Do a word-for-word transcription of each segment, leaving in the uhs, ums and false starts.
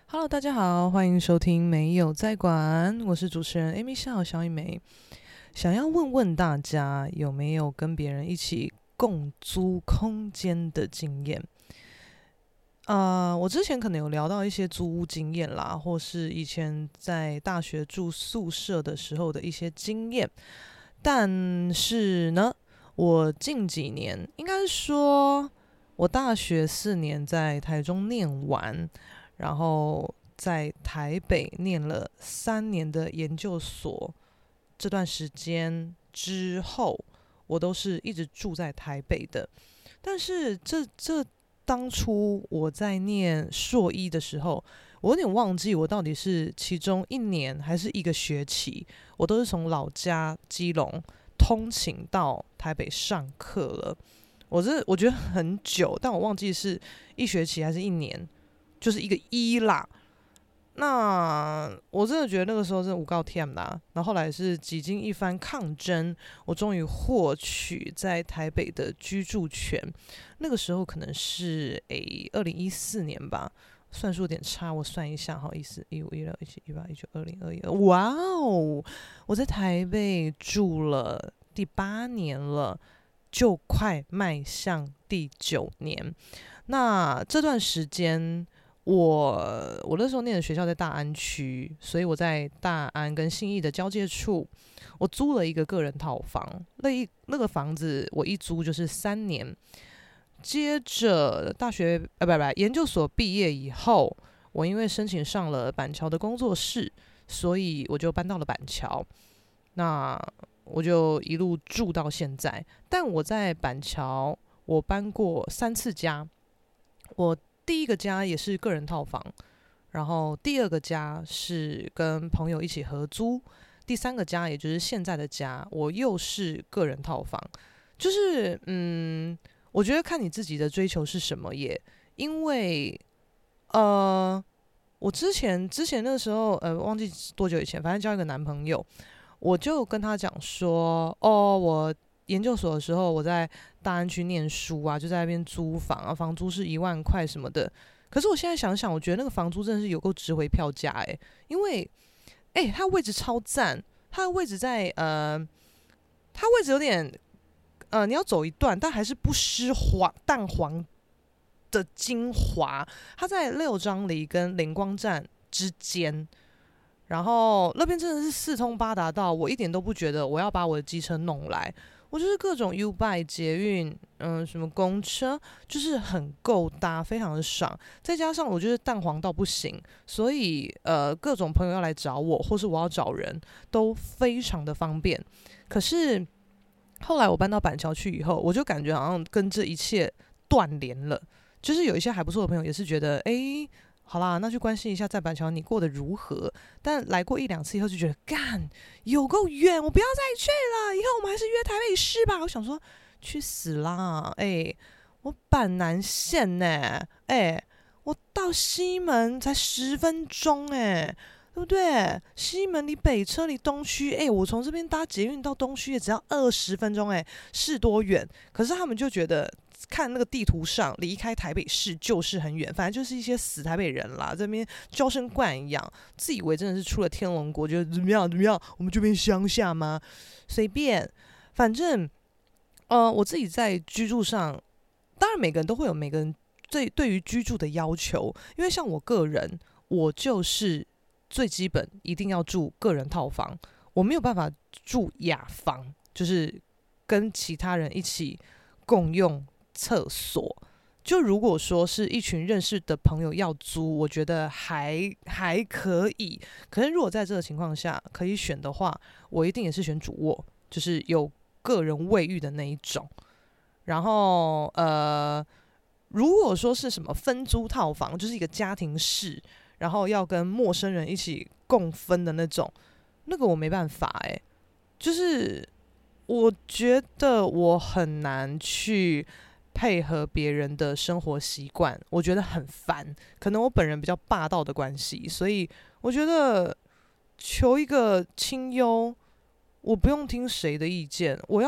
Hello，大家好，欢迎收听没有在管，我是主持人 Amy 笑小一梅。想要问问大家，有没有跟别人一起共租空间的经验？啊、呃我之前可能有聊到一些租屋经验啦，或是以前在大学住宿舍的时候的一些经验。但是呢，我近几年应该是说，我大学四年在台中念完，然后在台北念了三年的研究所。这段时间之后，我都是一直住在台北的。但是这这当初我在念硕一的时候，我有点忘记我到底是其中一年还是一个学期，我都是从老家基隆通勤到台北上课了。我这我觉得很久，但我忘记是一学期还是一年，就是一个一啦。那我真的觉得那个时候真的无告天啦，然后后来是几经一番抗争，我终于获取在台北的居住权。那个时候可能是诶二零一四年吧，算数有点差，我算一下哈，一四一五一六一七一八一九二零二一，哇哦！我在台北住了第八年了，就快迈向第九年。那这段时间。我我那时候念的学校在大安区，所以我在大安跟信义的交界处，我租了一个个人套房。那一那个房子我一租就是三年。接着大学呃不不研究所毕业以后，我因为申请上了板桥的工作室，所以我就搬到了板桥。那我就一路住到现在。但我在板桥，我搬过三次家。我第一个家也是个人套房，然后第二个家是跟朋友一起合租，第三个家也就是现在的家，我又是个人套房。就是嗯，我觉得看你自己的追求是什么耶，因为呃，我之前之前那个时候呃忘记多久以前，反正交一个男朋友，我就跟他讲说，哦，我研究所的时候我在大安区念书啊，就在那边租房啊，房租是一万块什么的。可是我现在想想，我觉得那个房租真的是有够值回票价诶，因为诶，它位置超赞，它的位置在呃，它位置有点呃，你要走一段，但还是不失黄淡黄的精华。它在六张犁跟灵光站之间，然后那边真的是四通八达到，我一点都不觉得我要把我的机车弄来。我就是各种 U-Bike 捷运，嗯，什么公车，就是很够搭，非常的爽。再加上我觉得蛋黄到不行，所以呃，各种朋友要来找我，或是我要找人都非常的方便。可是后来我搬到板桥去以后，我就感觉好像跟这一切断联了。就是有一些还不错的朋友也是觉得，诶，好啦，那去关心一下在板桥你过得如何。但来过一两次以后就觉得，干有够远，我不要再去了。以后我们还是约台北市吧。我想说，去死啦！诶，我板南线呢、诶，我到西门才十分钟诶。对不对？西门离北车离东区，诶，我从这边搭捷运到东区也只要二十分钟，诶，是多远？可是他们就觉得看那个地图上离开台北市就是很远，反正就是一些死台北人啦，这边娇生惯一样，自以为真的是出了天龙国，觉得怎么样怎么样，我们这边乡下吗？随便，反正呃，我自己在居住上，当然每个人都会有每个人对对于居住的要求，因为像我个人，我就是最基本一定要住个人套房，我没有办法住雅房，就是跟其他人一起共用厕所。就如果说是一群认识的朋友要租，我觉得还还可以。可是如果在这个情况下可以选的话，我一定也是选主卧，就是有个人卫浴的那一种。然后呃，如果说是什么分租套房，就是一个家庭式，然后要跟陌生人一起共分的那种，那个我没办法诶、欸就是我觉得我很难去配合别人的生活习惯，我觉得很烦。可能我本人比较霸道的关系，所以我觉得求一个清幽，我不用听谁的意见，我要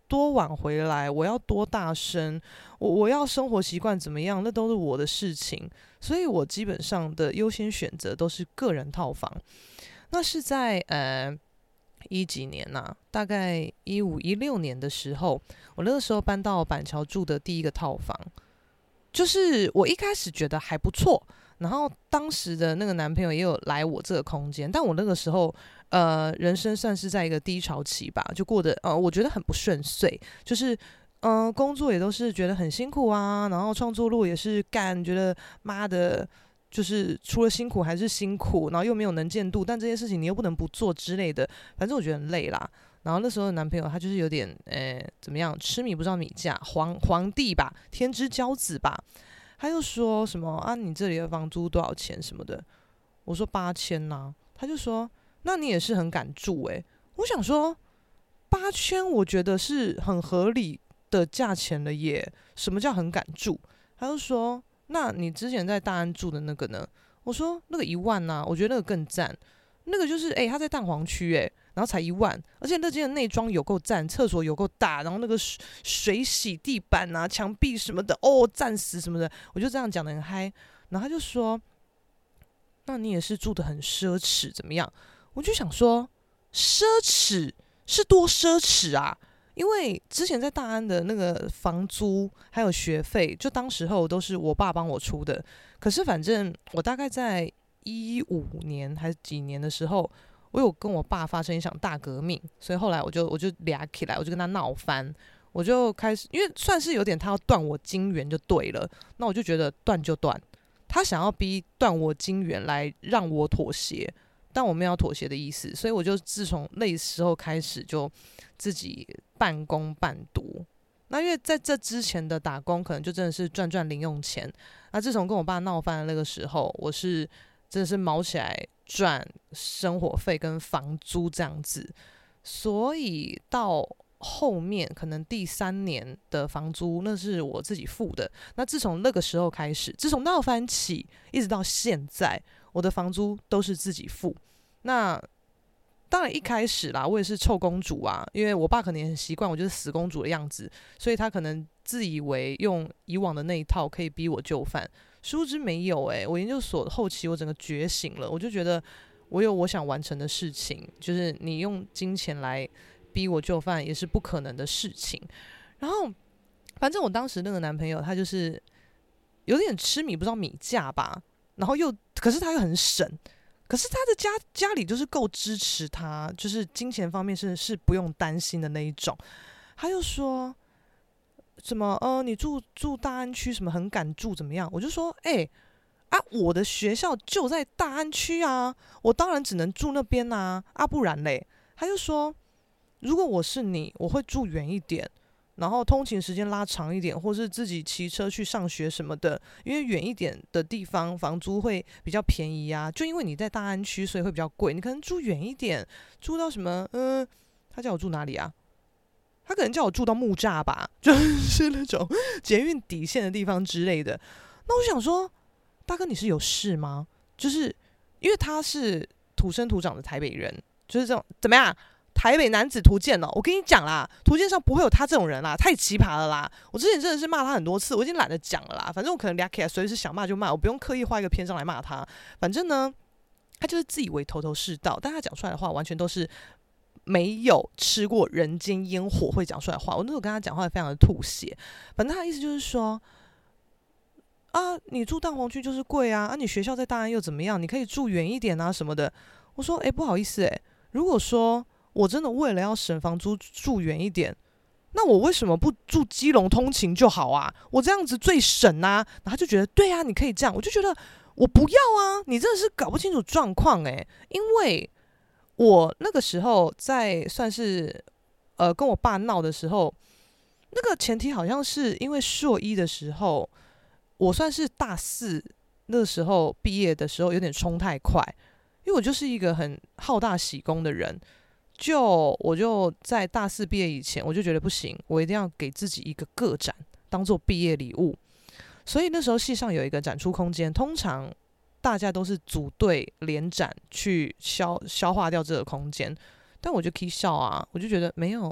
多晚回来，我要多大声，我我要生活习惯怎么样，那都是我的事情。所以我基本上的优先选择都是个人套房。那是在呃一几年呐、啊，大概一五一六年的时候，我那个时候搬到板桥住的第一个套房，就是我一开始觉得还不错，然后当时的那个男朋友也有来我这个空间，但我那个时候呃人生算是在一个低潮期吧，就过得呃我觉得很不顺遂，就是呃工作也都是觉得很辛苦啊，然后创作路也是干，觉得妈的。就是除了辛苦还是辛苦，然后又没有能见度，但这些事情你又不能不做之类的，反正我觉得很累啦。然后那时候的男朋友他就是有点，呃，怎么样，吃米不知道米价，皇皇帝吧，天之骄子吧。他又说什么啊，你这里的房租多少钱什么的？我说八千呐，他就说那你也是很敢住诶、欸。我想说八千，我觉得是很合理的价钱了耶。什么叫很敢住？他就说。那你之前在大安住的那个呢？我说那个一万呐、啊，我觉得那个更赞。那个就是哎、欸，他在蛋黄区哎，然后才一万，而且那间的内装有够赞，厕所有够大，然后那个水洗地板啊、墙壁什么的，哦，赞死什么的，我就这样讲得很嗨。然后他就说，那你也是住得很奢侈，怎么样？我就想说，奢侈是多奢侈啊？因为之前在大安的那个房租还有学费，就当时候都是我爸帮我出的。可是反正我大概在一五年还是几年的时候，我有跟我爸发生一场大革命，所以后来我就我就俩起来，我就跟他闹翻，我就开始，因为算是有点他要断我金源就对了，那我就觉得断就断，他想要逼断我金源来让我妥协。但我没有妥协的意思，所以我就自从那时候开始就自己半工半读。那因为在这之前的打工可能就真的是赚赚零用钱，那自从跟我爸闹翻的那个时候，我是真的是毛起来赚生活费跟房租这样子，所以到后面可能第三年的房租那是我自己付的。那自从那个时候开始，自从闹翻起一直到现在，我的房租都是自己付。那当然一开始啦，我也是臭公主啊，因为我爸可能也很习惯我就是死公主的样子，所以他可能自以为用以往的那一套可以逼我就范，殊不知没有诶、欸。我研究所后期我整个觉醒了，我就觉得我有我想完成的事情，就是你用金钱来逼我就范也是不可能的事情。然后反正我当时那个男朋友他就是有点吃米不知道米价吧，然后又可是他又很省，可是他的家家里就是够支持他，就是金钱方面是是不用担心的那一种。他又说什么呃，你住住大安区什么很敢住怎么样？我就说哎、欸、啊，我的学校就在大安区啊，我当然只能住那边啊，啊不然嘞。他就说如果我是你，我会住远一点。然后通勤时间拉长一点，或是自己骑车去上学什么的，因为远一点的地方房租会比较便宜啊。就因为你在大安区，所以会比较贵。你可能住远一点，住到什么？嗯、呃，他叫我住哪里啊？他可能叫我住到木栅吧，就是那种捷运底线的地方之类的。那我想说，大哥你是有事吗？就是因为他是土生土长的台北人，就是这种怎么样？台北男子图鉴哦，我跟你讲啦，图鉴上不会有他这种人啦，太奇葩了啦！我之前真的是骂他很多次，我已经懒得讲了啦。反正我可能俩起来随时想骂就骂，我不用刻意画一个篇章来骂他。反正呢，他就是自以为头头是道，但他讲出来的话完全都是没有吃过人间烟火会讲出来的话。我那时候跟他讲话非常的吐血。反正他的意思就是说，啊，你住蛋黄区就是贵啊，啊，你学校在大安又怎么样？你可以住远一点啊什么的。我说，哎、欸，不好意思、欸，哎，如果说我真的为了要省房租住远一点，那我为什么不住基隆通勤就好啊？我这样子最省啊！然后他就觉得对啊，你可以这样。我就觉得我不要啊！你真的是搞不清楚状况诶，因为我那个时候在算是呃跟我爸闹的时候，那个前提好像是因为硕一的时候，我算是大四那个时候毕业的时候有点冲太快，因为我就是一个很好大喜功的人。就我就在大四毕业以前，我就觉得不行，我一定要给自己一个个展当做毕业礼物。所以那时候系上有一个展出空间，通常大家都是组队联展去消消化掉这个空间，但我就 K 笑啊，我就觉得没有，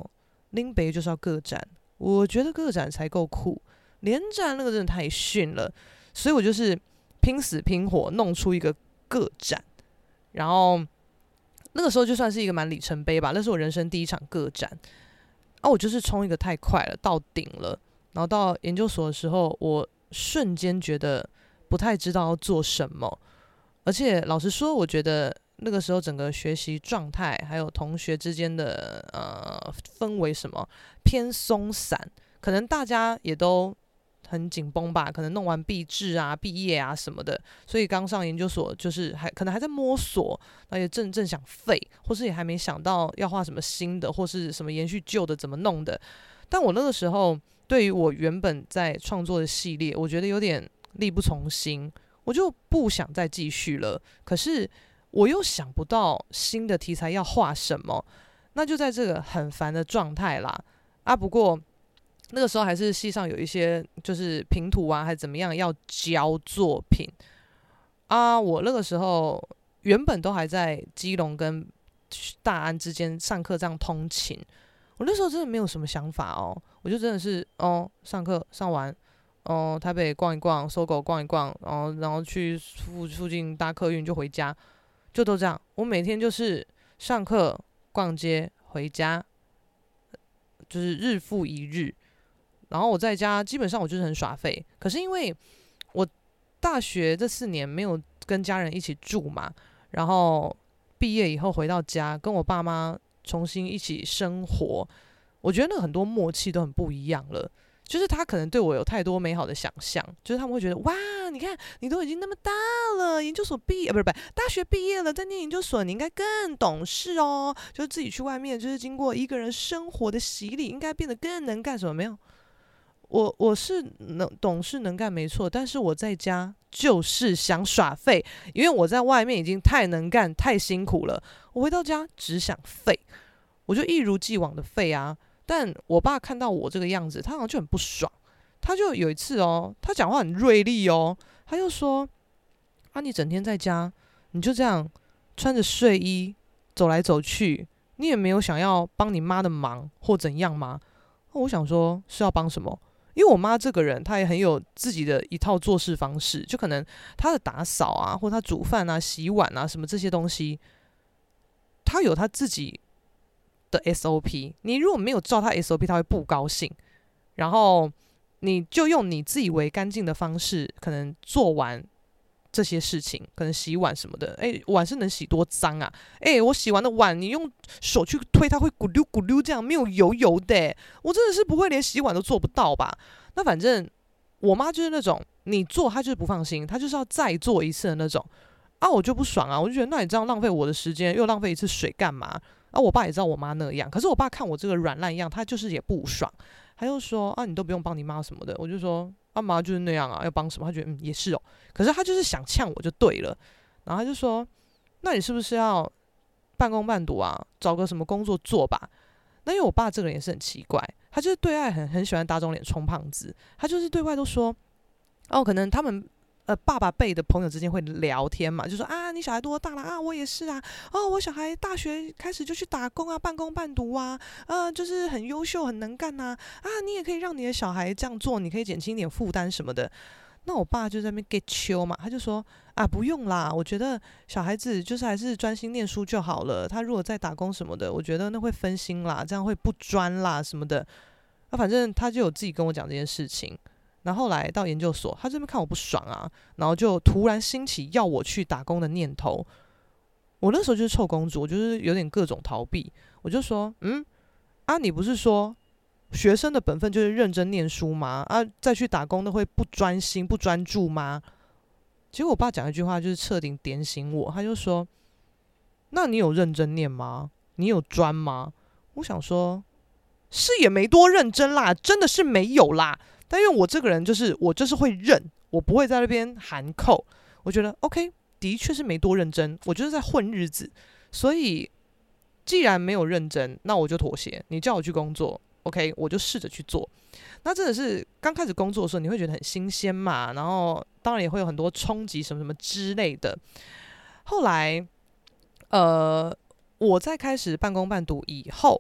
林北就是要个展，我觉得个展才够酷，联展那个真的太逊了，所以我就是拼死拼活弄出一个个展，然后那个时候就算是一个蛮里程碑吧，那是我人生第一场个展啊，我就是冲一个太快了，到顶了，然后到研究所的时候，我瞬间觉得不太知道要做什么，而且老实说，我觉得那个时候整个学习状态，还有同学之间的呃氛围什么偏松散，可能大家也都很紧绷吧，可能弄完毕制啊、毕业啊什么的，所以刚上研究所就是还可能还在摸索，那也正正想废，或是也还没想到要画什么新的，或是什么延续旧的怎么弄的。但我那个时候对于我原本在创作的系列，我觉得有点力不从心，我就不想再继续了。可是我又想不到新的题材要画什么，那就在这个很烦的状态啦。啊，不过那个时候还是系上有一些就是评图啊，还怎么样要交作品啊。我那个时候原本都还在基隆跟大安之间上课这样通勤，我那时候真的没有什么想法哦，我就真的是哦上课上完，哦台北逛一逛，搜狗逛一逛，然后然后去附附近搭客运就回家，就都这样。我每天就是上课、逛街、回家，就是日复一日。然后我在家基本上我就是很耍废，可是因为我大学这四年没有跟家人一起住嘛，然后毕业以后回到家跟我爸妈重新一起生活，我觉得那个很多默契都很不一样了。就是他可能对我有太多美好的想象，就是他们会觉得哇，你看你都已经那么大了，研究所毕业，不是不是大学毕业了，在念研究所，你应该更懂事哦，就是自己去外面，就是经过一个人生活的洗礼，应该变得更能干什么？没有，我我是能懂事能干没错，但是我在家就是想耍废，因为我在外面已经太能干太辛苦了，我回到家只想废，我就一如既往的废啊。但我爸看到我这个样子，他好像就很不爽，他就有一次哦，他讲话很锐利哦，他就说啊，你整天在家，你就这样穿着睡衣走来走去，你也没有想要帮你妈的忙或怎样吗？我想说是要帮什么？因为我妈这个人，她也很有自己的一套做事方式，就可能她的打扫啊，或她煮饭啊、洗碗啊什么这些东西，她有她自己的 S O P。你如果没有照她 S O P，她会不高兴。然后你就用你自以为干净的方式，可能做完这些事情，可能洗碗什么的，哎，碗是能洗多脏啊？哎，我洗完的碗，你用手去推，它会咕溜咕溜这样，没有油油的。我真的是不会，连洗碗都做不到吧？那反正我妈就是那种，你做她就是不放心，她就是要再做一次的那种啊，我就不爽啊，我就觉得那你这样浪费我的时间，又浪费一次水干嘛？啊，我爸也知道我妈那样，可是我爸看我这个软烂样，他就是也不爽，他就说啊，你都不用帮你妈什么的，我就说啊妈就是那样啊，要帮什么？他觉得嗯也是哦，可是他就是想呛我就对了，然后他就说，那你是不是要半工半读啊，找个什么工作做吧？那因为我爸这个人也是很奇怪，他就是对外很很喜欢打肿脸充胖子，他就是对外都说哦，可能他们呃爸爸辈的朋友之间会聊天嘛，就说啊你小孩多大了啊，我也是啊，哦我小孩大学开始就去打工啊，半工半读啊，啊就是很优秀很能干呐，啊你也可以让你的小孩这样做，你可以减轻一点负担什么的。那我爸就在那边 get 秋嘛，他就说啊不用啦，我觉得小孩子就是还是专心念书就好了，他如果在打工什么的，我觉得那会分心啦，这样会不专啦什么的。那、啊、反正他就有自己跟我讲这件事情。然后后来到研究所，他这边看我不爽啊，然后就突然兴起要我去打工的念头。我那时候就是臭公主，我就是有点各种逃避。我就说，嗯，啊，你不是说学生的本分就是认真念书吗？啊，再去打工的会不专心、不专注吗？结果我爸讲一句话，就是彻底点醒我。他就说：“那你有认真念吗？你有专吗？”我想说，是也没多认真啦，真的是没有啦。但因为我这个人就是我就是会认，我不会在那边含扣。我觉得 OK， 的确是没多认真，我就是在混日子。所以既然没有认真，那我就妥协。你叫我去工作 ，OK， 我就试着去做。那真的是刚开始工作的时候，你会觉得很新鲜嘛，然后当然也会有很多冲击什么什么之类的。后来，呃，我在开始半工半读以后，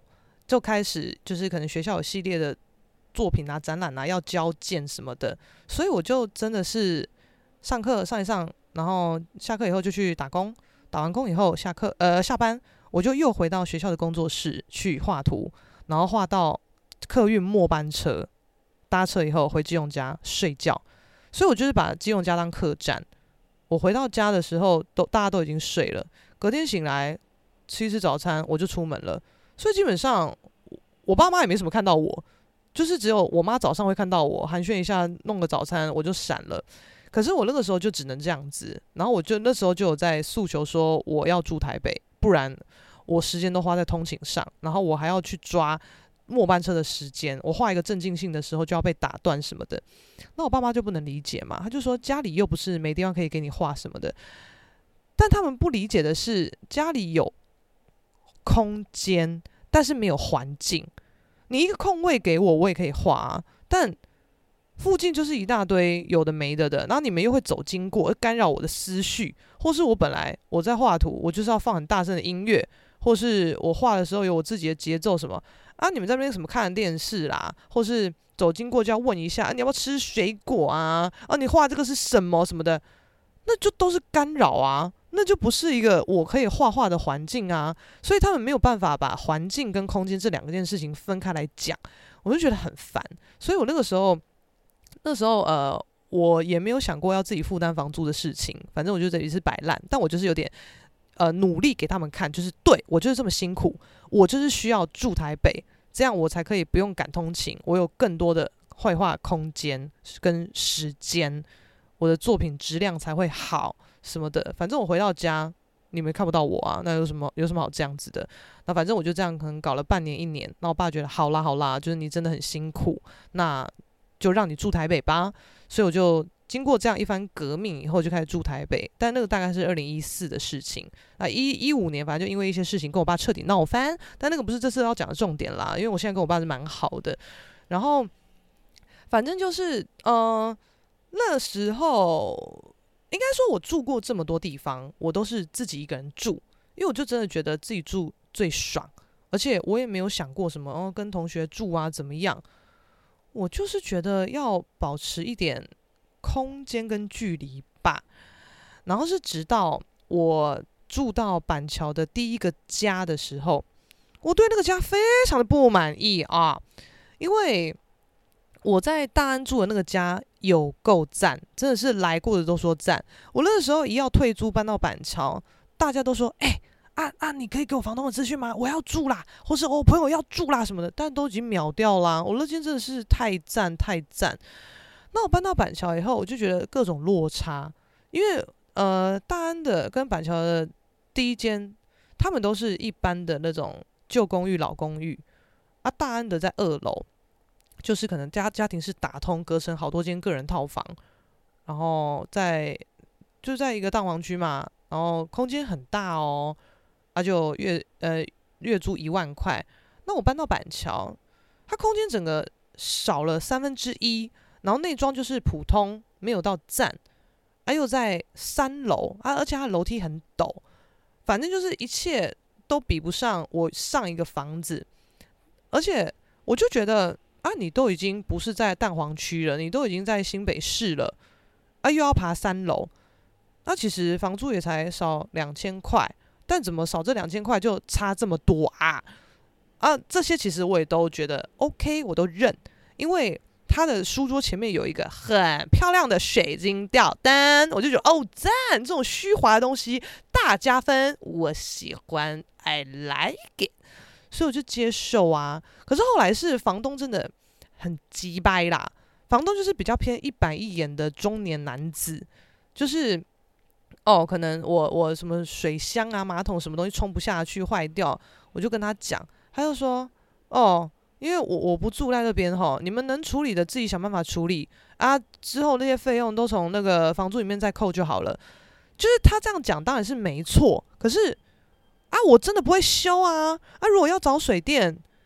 就开始就是可能学校有系列的作品啊、展览啊要交件什么的，所以我就真的是上课上一上，然后下课以后就去打工，打完工以后下课呃下班我就又回到学校的工作室去画图，然后画到客运末班车，搭车以后回基隆家睡觉，所以我就是把基隆家当客栈。我回到家的时候都大家都已经睡了，隔天醒来吃一吃早餐我就出门了，所以基本上我爸妈也没什么看到我，就是只有我妈早上会看到我寒暄一下弄个早餐我就闪了。可是我那个时候就只能这样子，然后我就那时候就有在诉求说我要住台北，不然我时间都花在通勤上，然后我还要去抓末班车的时间，我画一个正经性的时候就要被打断什么的。那我爸妈就不能理解嘛，他就说家里又不是没地方可以给你画什么的，但他们不理解的是家里有空间但是没有环境，你一个空位给我我也可以画啊，但附近就是一大堆有的没的的，然后你们又会走经过干扰我的思绪，或是我本来我在画图我就是要放很大声的音乐，或是我画的时候有我自己的节奏什么啊，你们在那边什么看电视啦，或是走经过就要问一下、啊、你要不要吃水果啊，啊你画这个是什么什么的，那就都是干扰啊，那就不是一个我可以画画的环境啊，所以他们没有办法把环境跟空间这两件事情分开来讲，我就觉得很烦。所以我那个时候那时候呃我也没有想过要自己负担房租的事情，反正我就这里是摆烂，但我就是有点呃努力给他们看，就是对我就是这么辛苦，我就是需要住台北，这样我才可以不用赶通勤，我有更多的绘画空间跟时间，我的作品质量才会好什么的。反正我回到家你们看不到我啊，那有什么有什么好这样子的？那反正我就这样可能搞了半年一年，那我爸觉得好啦好啦，就是你真的很辛苦，那就让你住台北吧。所以我就经过这样一番革命以后就开始住台北，但那个大概是二零一四的事情啊，一一五年反正就因为一些事情跟我爸彻底闹翻，但那个不是这次要讲的重点啦，因为我现在跟我爸是蛮好的。然后反正就是呃那时候应该说我住过这么多地方我都是自己一个人住，因为我就真的觉得自己住最爽，而且我也没有想过什么哦跟同学住啊怎么样，我就是觉得要保持一点空间跟距离吧。然后是直到我住到板桥的第一个家的时候，我对那个家非常的不满意啊，因为我在大安住的那个家有够赞，真的是来过的都说赞。我那个时候一要退租搬到板桥，大家都说哎、欸啊啊！你可以给我房东的资讯吗？我要住啦，或是我朋友要住啦什么的，但都已经秒掉啦。我那间真的是太赞太赞。那我搬到板桥以后，我就觉得各种落差，因为呃大安的跟板桥的第一间，他们都是一般的那种旧公寓老公寓啊，大安的在二楼，就是可能家家庭是打通隔成好多间个人套房，然后在就在一个蛋黄区嘛，然后空间很大哦。他、啊、就月呃月租一万块，那我搬到板桥，它空间整个少了三分之一，然后内装就是普通，没有到赞，啊又在三楼啊，而且它楼梯很陡，反正就是一切都比不上我上一个房子，而且我就觉得啊，你都已经不是在蛋黄区了，你都已经在新北市了，啊又要爬三楼，那其实房租也才少两千块。但怎么少这两千块就差这么多啊？啊，这些其实我也都觉得 OK， 我都认，因为他的书桌前面有一个很漂亮的水晶吊灯，我就觉得哦赞，这种虚华的东西大加分，我喜欢 ，I like it， 所以我就接受啊。可是后来是房东真的很鸡掰啦，房东就是比较偏一板一眼的中年男子，就是。哦，可能我我什么水箱啊、马桶什么东西冲不下去坏掉，我就跟他讲，他就说，哦，因为我我不住在那边哈，你们能处理的自己想办法处理啊，之后那些费用都从那个房租里面再扣就好了。就是他这样讲当然是没错，可是啊，我真的不会修啊，啊，如果要找水电，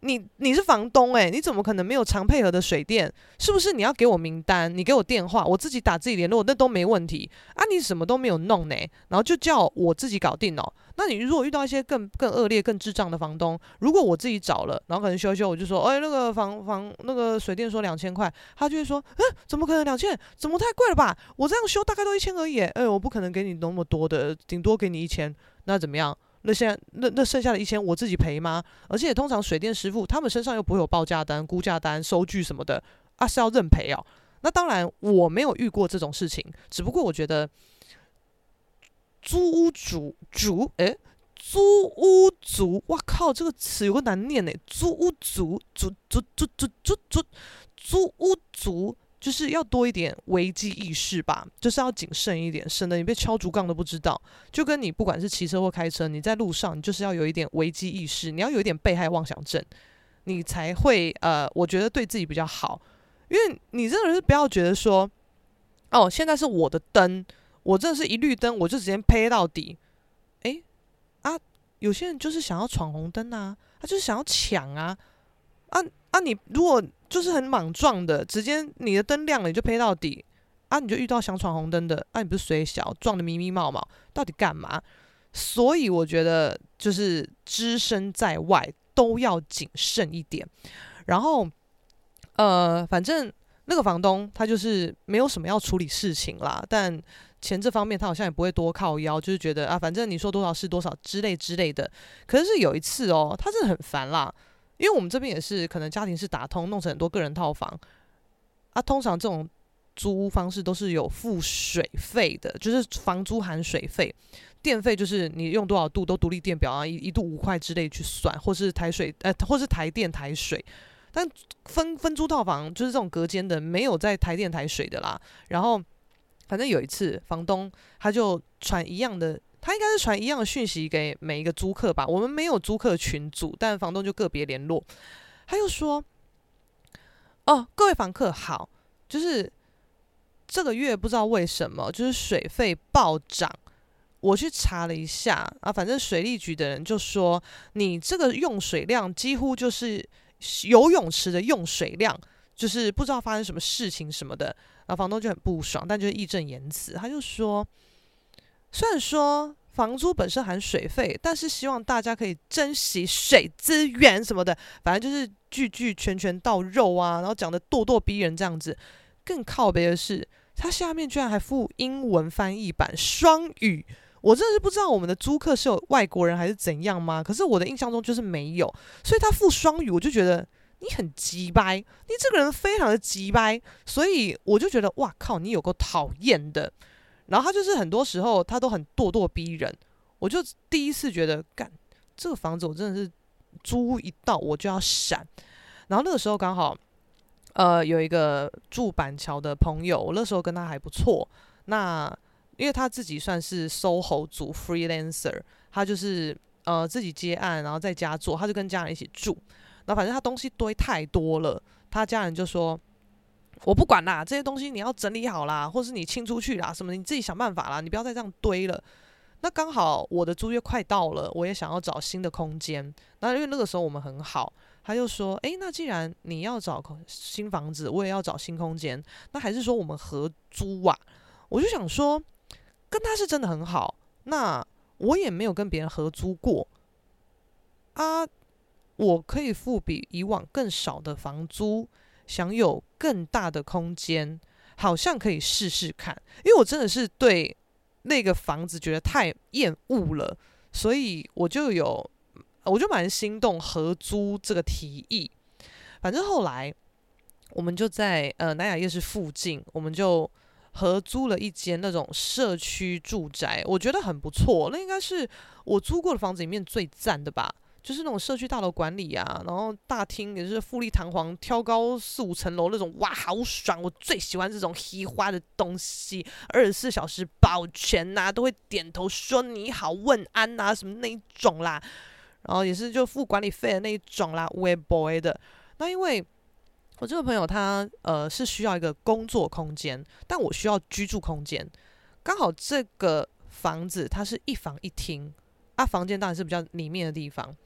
你你是房东诶、欸，你怎么可能没有常配合的水电？是不是你要给我名单，你给我电话，我自己打自己联络，那都没问题啊？你什么都没有弄呢，然后就叫我自己搞定哦。那你如果遇到一些更更恶劣、更智障的房东，如果我自己找了，然后可能修一修，我就说，哎、欸，那个房房那个水电说两千块，他就会说，嗯，怎么可能两千？怎么太贵了吧？我这样修大概都一千而已，哎、欸，我不可能给你那么多的，顶多给你一千，那怎么样？那现在那那剩下的一千我自己赔吗？而且通常水电师傅他们身上又不会有报价单、估价单、收据什么的啊，是要认赔哦。那当然我没有遇过这种事情，只不过我觉得租屋主主诶，租屋族，哇靠，这个词有个难念呢。租屋族，租租租租租租租屋族。就是要多一点危机意识吧，就是要谨慎一点，省得你被敲竹杠都不知道。就跟你不管是骑车或开车，你在路上，你就是要有一点危机意识，你要有一点被害妄想症，你才会呃，我觉得对自己比较好。因为你真的是不要觉得说，哦，现在是我的灯，我真的是一绿灯，我就直接呸到底。诶啊，有些人就是想要闯红灯啊，他就是想要抢啊。啊啊！你如果就是很莽撞的，直接你的灯亮了你就呸到底啊，你就遇到想闯红灯的啊，你不是衰小撞的迷迷冒冒，到底干嘛？所以我觉得就是只身在外都要谨慎一点。然后呃，反正那个房东他就是没有什么要处理事情啦，但钱这方面他好像也不会多靠腰，就是觉得啊，反正你说多少是多少之类之类的。可是有一次哦，他真的很烦啦。因为我们这边也是可能家庭式打通，弄成很多个人套房啊。通常这种租屋方式都是有付水费的，就是房租含水费，电费就是你用多少度都独立电表啊，一一度五块之类去算，或是台水呃，或是台电台水。但分分租套房就是这种隔间的，没有在台电台水的啦。然后反正有一次房东他就传一样的。他应该是传一样的讯息给每一个租客吧，我们没有租客群组，但房东就个别联络。他又说：“哦，各位房客好，就是这个月不知道为什么，就是水费暴涨。我去查了一下啊，反正水利局的人就说，你这个用水量几乎就是游泳池的用水量，就是不知道发生什么事情什么的。然后房东就很不爽，但就是义正言辞，他就说。”虽然说房租本身含水费，但是希望大家可以珍惜水资源什么的，反正就是句句拳拳到肉啊，然后讲的咄咄逼人这样子。更靠北的是，他下面居然还附英文翻译版双语，我真的是不知道我们的租客是有外国人还是怎样吗？可是我的印象中就是没有，所以他附双语，我就觉得你很鸡掰，你这个人非常的鸡掰，所以我就觉得哇靠，你有够讨厌的。然后他就是很多时候他都很咄咄逼人，我就第一次觉得干这个房子我真的是租屋一到我就要闪。然后那个时候刚好呃有一个住板桥的朋友，我那时候跟他还不错，那因为他自己算是 S O H O 族 freelancer， 他就是呃自己接案然后在家做，他就跟家人一起住，然后反正他东西堆太多了，他家人就说我不管啦，这些东西你要整理好啦，或是你清出去啦，什么你自己想办法啦，你不要再这样堆了。那刚好我的租约快到了，我也想要找新的空间。那因为那个时候我们很好，他就说：“诶，那既然你要找新房子，我也要找新空间，那还是说我们合租啊？”我就想说，跟他是真的很好，那我也没有跟别人合租过啊，我可以付比以往更少的房租。享有更大的空间，好像可以试试看。因为我真的是对那个房子觉得太厌恶了，所以我就有，我就蛮心动合租这个提议。反正后来我们就在呃南雅夜市附近，我们就合租了一间那种社区住宅，我觉得很不错。那应该是我租过的房子里面最赞的吧。就是那种社区大楼管理啊，然后大厅也是富丽堂皇，挑高四五层楼那种，哇，好爽！我最喜欢这种稀花的东西，二十四小时保全呐、啊，都会点头说你好、问安呐、啊，什么那一种啦。然后也是就付管理费的那一种啦 ，way boy 的。那因为我这个朋友他呃是需要一个工作空间，但我需要居住空间，刚好这个房子它是一房一厅啊，房间当然是比较里面的地方。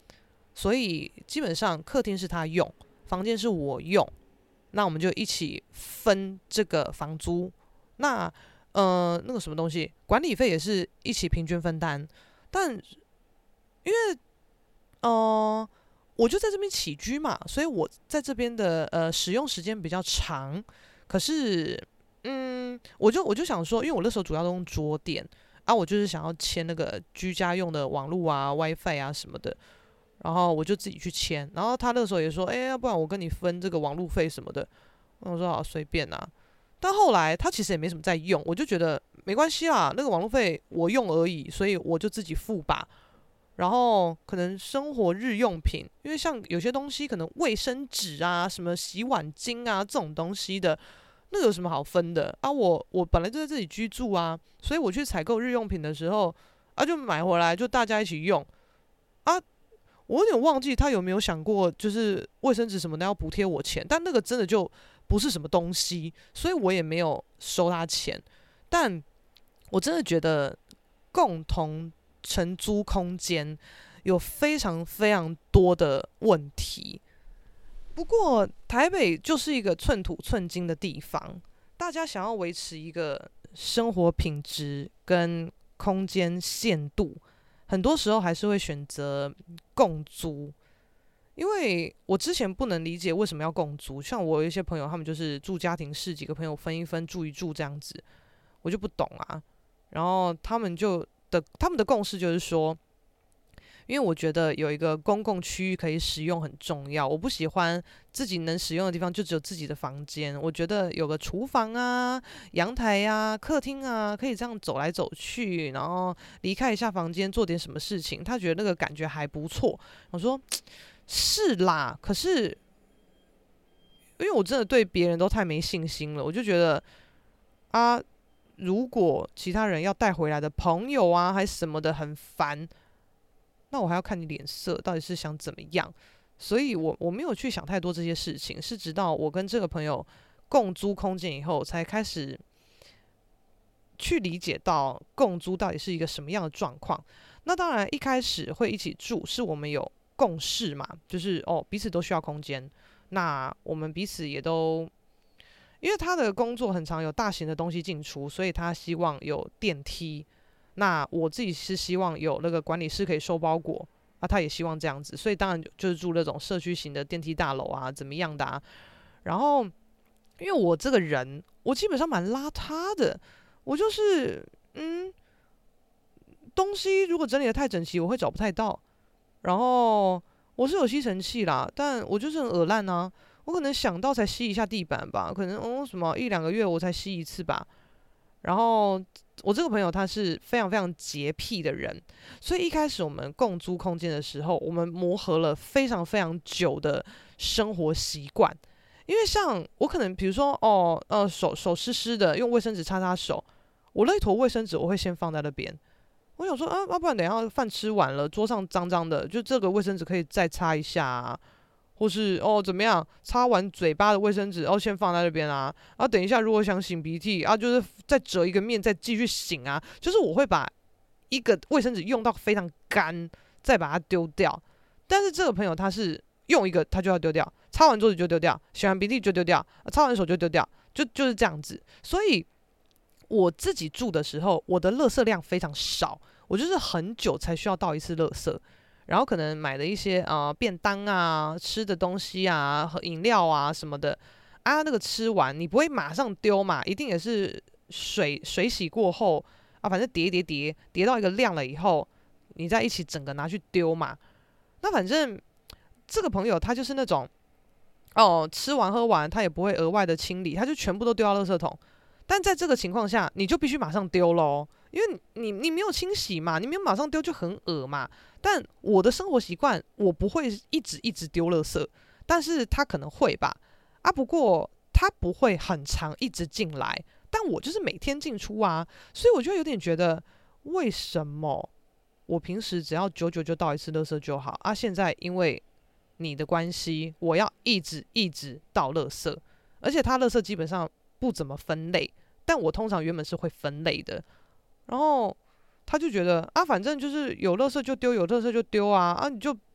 所以基本上客厅是他用，房间是我用，那我们就一起分这个房租。那呃那个什么东西，管理费也是一起平均分担。但因为呃我就在这边起居嘛，所以我在这边的呃使用时间比较长。可是嗯，我就我就想说，因为我那时候主要都用桌垫啊，我就是想要签那个居家用的网络啊、WiFi 啊什么的，然后我就自己去签。然后他那个时候也说，哎、欸，要不然我跟你分这个网路费什么的。我说好，随便啊。但后来他其实也没什么在用，我就觉得没关系啦，那个网路费我用而已，所以我就自己付吧。然后可能生活日用品，因为像有些东西可能卫生纸啊、什么洗碗巾啊这种东西的，那个有什么好分的啊？我我本来就在这里居住啊，所以我去采购日用品的时候啊，就买回来就大家一起用啊。我有点忘记他有没有想过，就是卫生纸什么的要补贴我钱，但那个真的就不是什么东西，所以我也没有收他钱。但我真的觉得共同承租空间有非常非常多的问题。不过台北就是一个寸土寸金的地方，大家想要维持一个生活品质跟空间限度，很多时候还是会选择共租。因为我之前不能理解为什么要共租，像我有一些朋友，他们就是住家庭式，几个朋友分一分住一住这样子，我就不懂啊。然后他们就的他们的共识就是说，因为我觉得有一个公共区域可以使用很重要，我不喜欢自己能使用的地方就只有自己的房间。我觉得有个厨房啊、阳台啊、客厅啊，可以这样走来走去，然后离开一下房间做点什么事情，他觉得那个感觉还不错。我说是啦，可是因为我真的对别人都太没信心了，我就觉得啊，如果其他人要带回来的朋友啊，还是什么的很烦，那我还要看你脸色，到底是想怎么样？所以我我没有去想太多这些事情，是直到我跟这个朋友共租空间以后，才开始去理解到共租到底是一个什么样的状况。那当然一开始会一起住，是我们有共识嘛，就是哦彼此都需要空间，那我们彼此也都。因为他的工作很常有大型的东西进出，所以他希望有电梯。那我自己是希望有那个管理室可以收包裹啊，他也希望这样子，所以当然就是住那种社区型的电梯大楼啊，怎么样的啊。然后因为我这个人，我基本上蛮邋遢的，我就是嗯，东西如果整理的太整齐，我会找不太到。然后我是有吸尘器啦，但我就是很恶烂啊。我可能想到才吸一下地板吧，可能哦什么一两个月我才吸一次吧。然后我这个朋友他是非常非常洁癖的人，所以一开始我们共租空间的时候，我们磨合了非常非常久的生活习惯。因为像我可能比如说哦呃手手湿湿的，用卫生纸擦擦手，我那一坨卫生纸我会先放在那边。我想说啊，要不然等一下饭吃完了，桌上脏脏的，就这个卫生纸可以再擦一下啊。或是哦怎么样，擦完嘴巴的卫生纸，哦先放在那边啊，然后等一下如果想擤鼻涕啊，就是再折一个面再继续擤啊，就是我会把一个卫生纸用到非常干，再把它丢掉。但是这个朋友他是用一个他就要丢掉，擦完桌子就丢掉，擤完鼻涕就丢掉，擦完手就丢掉，就就是这样子。所以我自己住的时候，我的垃圾量非常少，我就是很久才需要倒一次垃圾。然后可能买的一些呃便当啊、吃的东西啊和饮料啊什么的啊，那个吃完你不会马上丢嘛，一定也是水水洗过后啊，反正叠一叠叠叠到一个量了以后，你再一起整个拿去丢嘛。那反正这个朋友他就是那种哦，吃完喝完他也不会额外的清理，他就全部都丢到垃圾桶。但在这个情况下，你就必须马上丢咯，因为你你没有清洗嘛，你没有马上丢就很恶嘛。但我的生活习惯，我不会一直一直丢垃圾，但是他可能会吧。啊，不过他不会很长一直进来，但我就是每天进出啊，所以我就有点觉得，为什么我平时只要久久就倒一次垃圾就好啊？现在因为你的关系，我要一直一直倒垃圾，而且他垃圾基本上不怎么分类，但我通常原本是会分类的，然后他就觉得啊，反正就是有垃圾就丢，有垃圾就丢啊，啊你就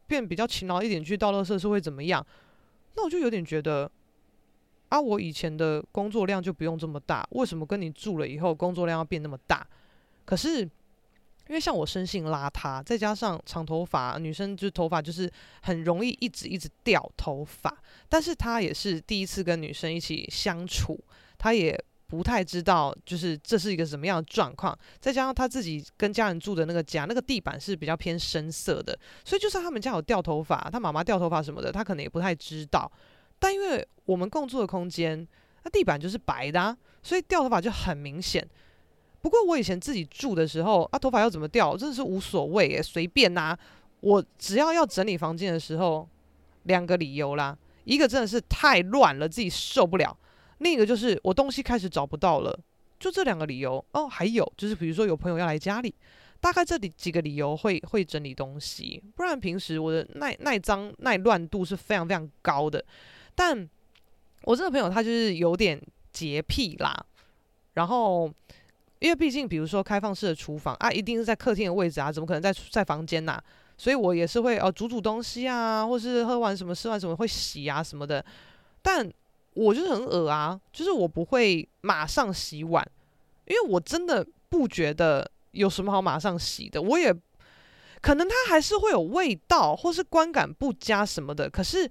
变比较勤劳一点去倒垃圾是会怎么样？那我就有点觉得，啊，我以前的工作量就不用这么大，为什么跟你住了以后工作量要变那么大？可是因为像我生性邋遢，再加上长头发，女生就头发就是很容易一直一直掉头发，但是她也是第一次跟女生一起相处，她也不太知道就是这是一个什么样的状况，再加上她自己跟家人住的那个家，那个地板是比较偏深色的，所以就算他们家有掉头发，她妈妈掉头发什么的，她可能也不太知道。但因为我们共住的空间，那地板就是白的啊，所以掉头发就很明显。不过我以前自己住的时候，啊，头发要怎么掉，真的是无所谓耶，随便呐、啊。我只要要整理房间的时候，两个理由啦，一个真的是太乱了，自己受不了；另一个就是我东西开始找不到了，就这两个理由。哦，还有就是比如说有朋友要来家里，大概这里几个理由会会整理东西，不然平时我的耐耐脏耐乱度是非常非常高的。但我这个朋友他就是有点洁癖啦，然后因为毕竟比如说开放式的厨房啊，一定是在客厅的位置啊，怎么可能在在房间呐、啊？所以我也是会哦煮煮东西啊，或是喝完什么吃完什么会洗啊什么的。但我就是很恶啊，就是我不会马上洗碗，因为我真的不觉得有什么好马上洗的。我也可能它还是会有味道，或是观感不佳什么的，可是。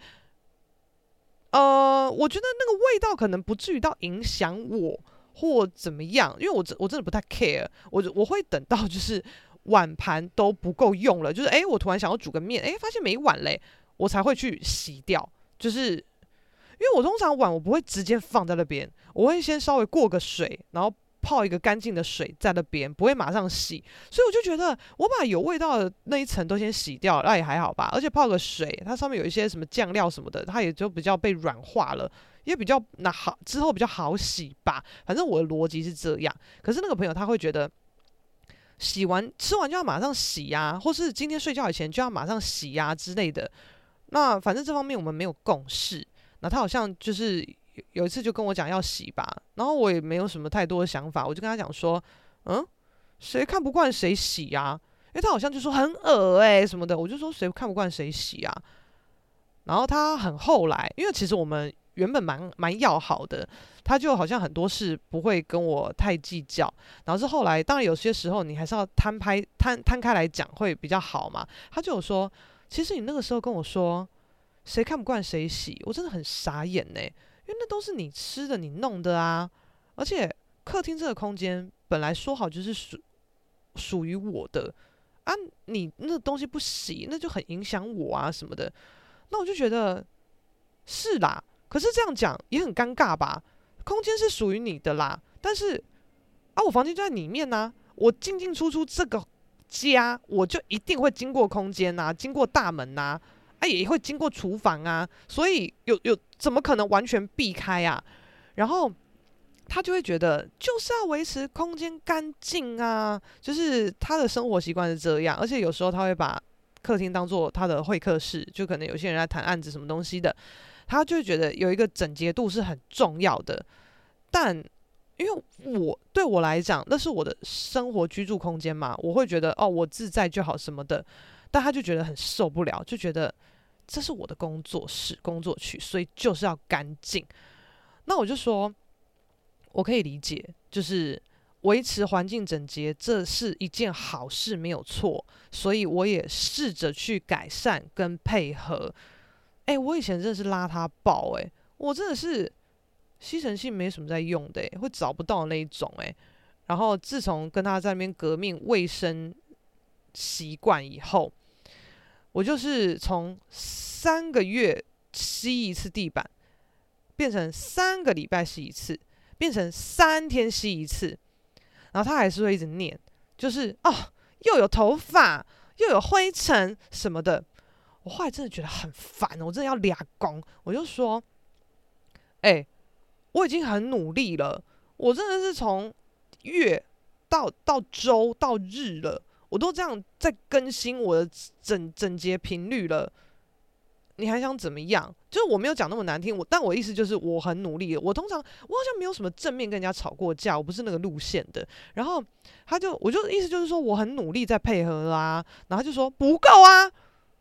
呃，我觉得那个味道可能不至于到影响我或怎么样，因为我真我真的不太 care，我我会等到就是碗盘都不够用了，就是诶，我突然想要煮个面，诶，发现没碗嘞，我才会去洗掉，就是因为我通常碗我不会直接放在那边，我会先稍微过个水，然后泡一个干净的水在那边，不会马上洗，所以我就觉得我把有味道的那一层都先洗掉，那也还好吧。而且泡个水，它上面有一些什么酱料什么的，它也就比较被软化了，也比较那好之后比较好洗吧。反正我的逻辑是这样。可是那个朋友他会觉得，洗完吃完就要马上洗呀、啊，或是今天睡觉以前就要马上洗呀、啊、之类的。那反正这方面我们没有共识。那他好像就是有一次就跟我讲要洗吧，然后我也没有什么太多的想法，我就跟他讲说，嗯，谁看不惯谁洗啊？因为他好像就说很恶欸什么的，我就说谁看不惯谁洗啊？然后他很后来，因为其实我们原本蛮蛮要好的，他就好像很多事不会跟我太计较，然后是后来，当然有些时候你还是要摊拍摊摊开来讲会比较好嘛。他就有说，其实你那个时候跟我说。谁看不惯谁洗，我真的很傻眼呢，因为那都是你吃的，你弄的啊。而且客厅这个空间本来说好就是属属于我的啊，你那东西不洗，那就很影响我啊什么的。那我就觉得是啦，可是这样讲也很尴尬吧？空间是属于你的啦，但是啊，我房间就在里面啊，我进进出出这个家，我就一定会经过空间呐、啊，经过大门呐、啊。啊，也会经过厨房啊，所以有有怎么可能完全避开啊？然后他就会觉得就是要维持空间干净啊，就是他的生活习惯是这样，而且有时候他会把客厅当做他的会客室，就可能有些人在谈案子什么东西的，他就会觉得有一个整洁度是很重要的。但因为我对我来讲，那是我的生活居住空间嘛，我会觉得哦，我自在就好什么的。但他就觉得很受不了，就觉得这是我的工作室、工作区，所以就是要干净。那我就说，我可以理解，就是维持环境整洁，这是一件好事，没有错。所以我也试着去改善跟配合。哎、欸，我以前真的是邋遢爆，哎，我真的是吸尘器没什么在用的、欸，会找不到那一种、欸，哎。然后自从跟他在那边革命卫生习惯以后。我就是从三个月吸一次地板，变成三个礼拜吸一次，变成三天吸一次，然后他还是会一直念，就是哦，又有头发，又有灰尘什么的。我后来真的觉得很烦，我真的要俩公，我就说，哎、欸，我已经很努力了，我真的是从月到到周到日了。我都这样在更新我的整整洁频率了，你还想怎么样？就是我没有讲那么难听，我但我意思就是我很努力了。我通常我好像没有什么正面跟人家吵过架，我不是那个路线的。然后他就我就意思就是说我很努力在配合啦，然后他就说不够啊，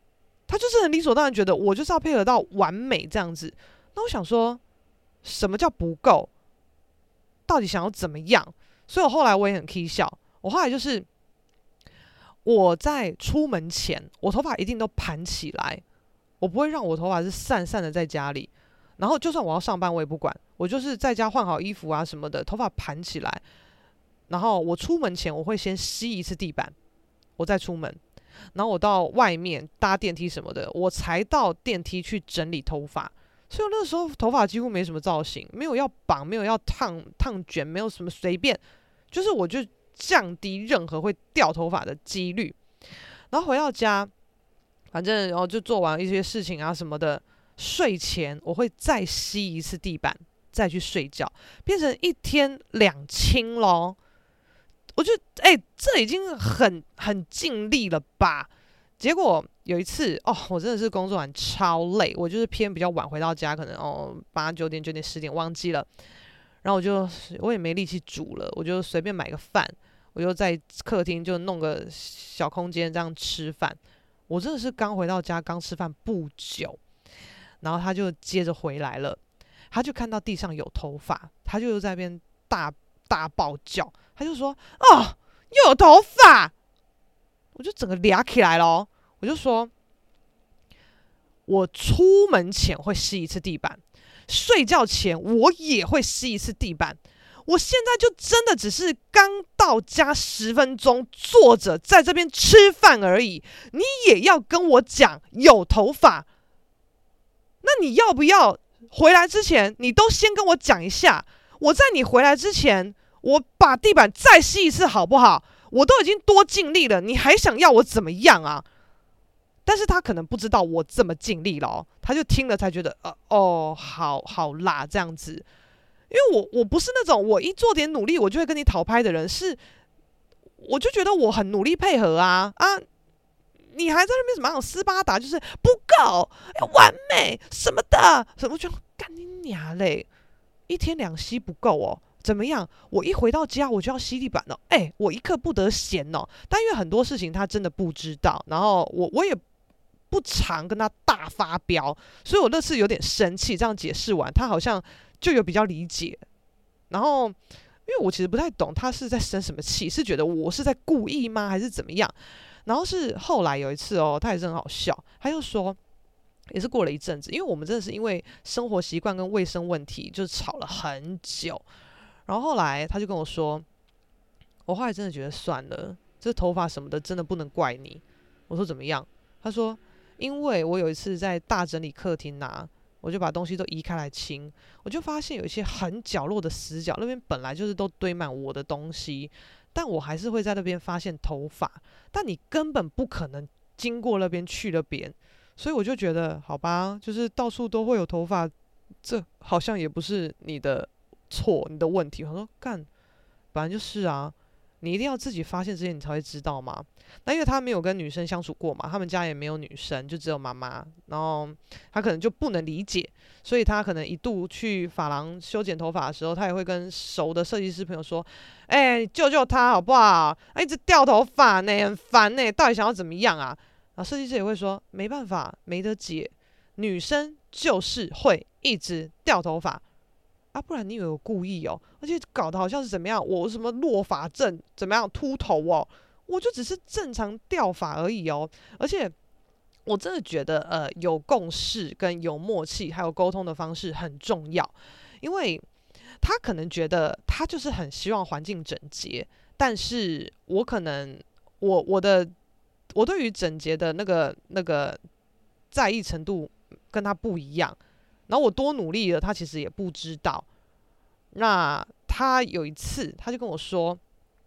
他就是很理所当然觉得我就是要配合到完美这样子。那我想说，什么叫不够？到底想要怎么样？所以我后来我也很起笑，我后来就是我在出门前，我头发一定都盘起来，我不会让我头发是散散的在家里。然后就算我要上班，我也不管，我就是在家换好衣服啊什么的，头发盘起来。然后我出门前，我会先吸一次地板，我再出门。然后我到外面搭电梯什么的，我才到电梯去整理头发。所以我那个时候头发几乎没什么造型，没有要绑，没有要烫烫卷，没有什么随便，就是我就降低任何会掉头发的几率。然后回到家，反正然后就做完一些事情啊什么的，睡前我会再吸一次地板，再去睡觉，变成一天两清咯。我就哎、欸，这已经很很尽力了吧？结果有一次哦，我真的是工作完超累，我就是偏比较晚回到家，可能哦八九点九点十点忘记了，然后我就我也没力气煮了，我就随便买个饭，我就在客厅就弄个小空间这样吃饭。我真的是刚回到家刚吃饭不久，然后他就接着回来了，他就看到地上有头发，他就在那边大大爆叫，他就说：“哦，又有头发！”我就整个俩起来了，我就说，我出门前会吸一次地板，睡觉前我也会吸一次地板。我现在就真的只是刚到家十分钟，坐着在这边吃饭而已，你也要跟我讲有头发？那你要不要回来之前，你都先跟我讲一下？我在你回来之前，我把地板再吸一次好不好？我都已经多尽力了，你还想要我怎么样啊？但是他可能不知道我这么尽力了哦，他就听了才觉得，呃，哦，好好啦，这样子。因为我我不是那种我一做点努力我就会跟你讨拍的人，是我就觉得我很努力配合啊啊，你还在那边什么那种斯巴达，就是不够要完美什么的，什么就干你娘嘞，一天两吸不够哦。怎么样？我一回到家我就要吸地板了，哎、欸，我一刻不得闲哦。但因为很多事情他真的不知道，然后我我也不常跟他大发飙，所以我那次有点生气。这样解释完，他好像就有比较理解。然后，因为我其实不太懂他是在生什么气，是觉得我是在故意吗，还是怎么样？然后是后来有一次哦，他也是很好笑，他又说。也是过了一阵子，因为我们真的是因为生活习惯跟卫生问题，就吵了很久。然后后来他就跟我说，我后来真的觉得算了，这头发什么的真的不能怪你。我说怎么样？他说，因为我有一次在大整理客厅啊，我就把东西都移开来清，我就发现有一些很角落的死角，那边本来就是都堆满我的东西，但我还是会在那边发现头发，但你根本不可能经过那边去那边。所以我就觉得，好吧，就是到处都会有头发，这好像也不是你的错，你的问题。我说干，本来就是啊，你一定要自己发现这些，你才会知道嘛。那因为他没有跟女生相处过嘛，他们家也没有女生，就只有妈妈，然后他可能就不能理解，所以他可能一度去发廊修剪头发的时候，他也会跟熟的设计师朋友说：“哎、欸，救救他好不好？啊、一直掉头发呢，很烦呢，到底想要怎么样啊？”然后设计师也会说，没办法，没得解，女生就是会一直掉头发啊，不然你以为我故意哦？而且搞得好像是怎么样，我什么落发症，怎么样秃头哦？我就只是正常掉发而已哦。而且我真的觉得，呃，有共识跟有默契，还有沟通的方式很重要，因为他可能觉得他就是很希望环境整洁，但是我可能我我的。我对于整洁的那个那个在意程度跟他不一样，然后我多努力了，他其实也不知道。那他有一次，他就跟我说，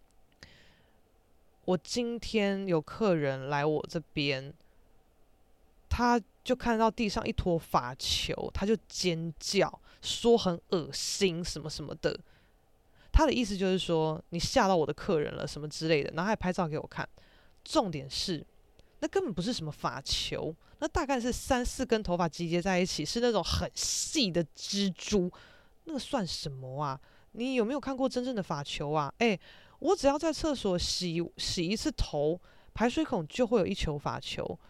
我今天有客人来我这边，他就看到地上一坨发球，他就尖叫，说很恶心什么什么的。他的意思就是说，你吓到我的客人了什么之类的，然后还拍照给我看。重点是，那根本不是什么发球，那大概是三四根头发集结在一起，是那种很细的蜘蛛，那个算什么啊？你有没有看过真正的发球啊？哎、欸，我只要在厕所洗洗一次头，排水孔就会有一球发球。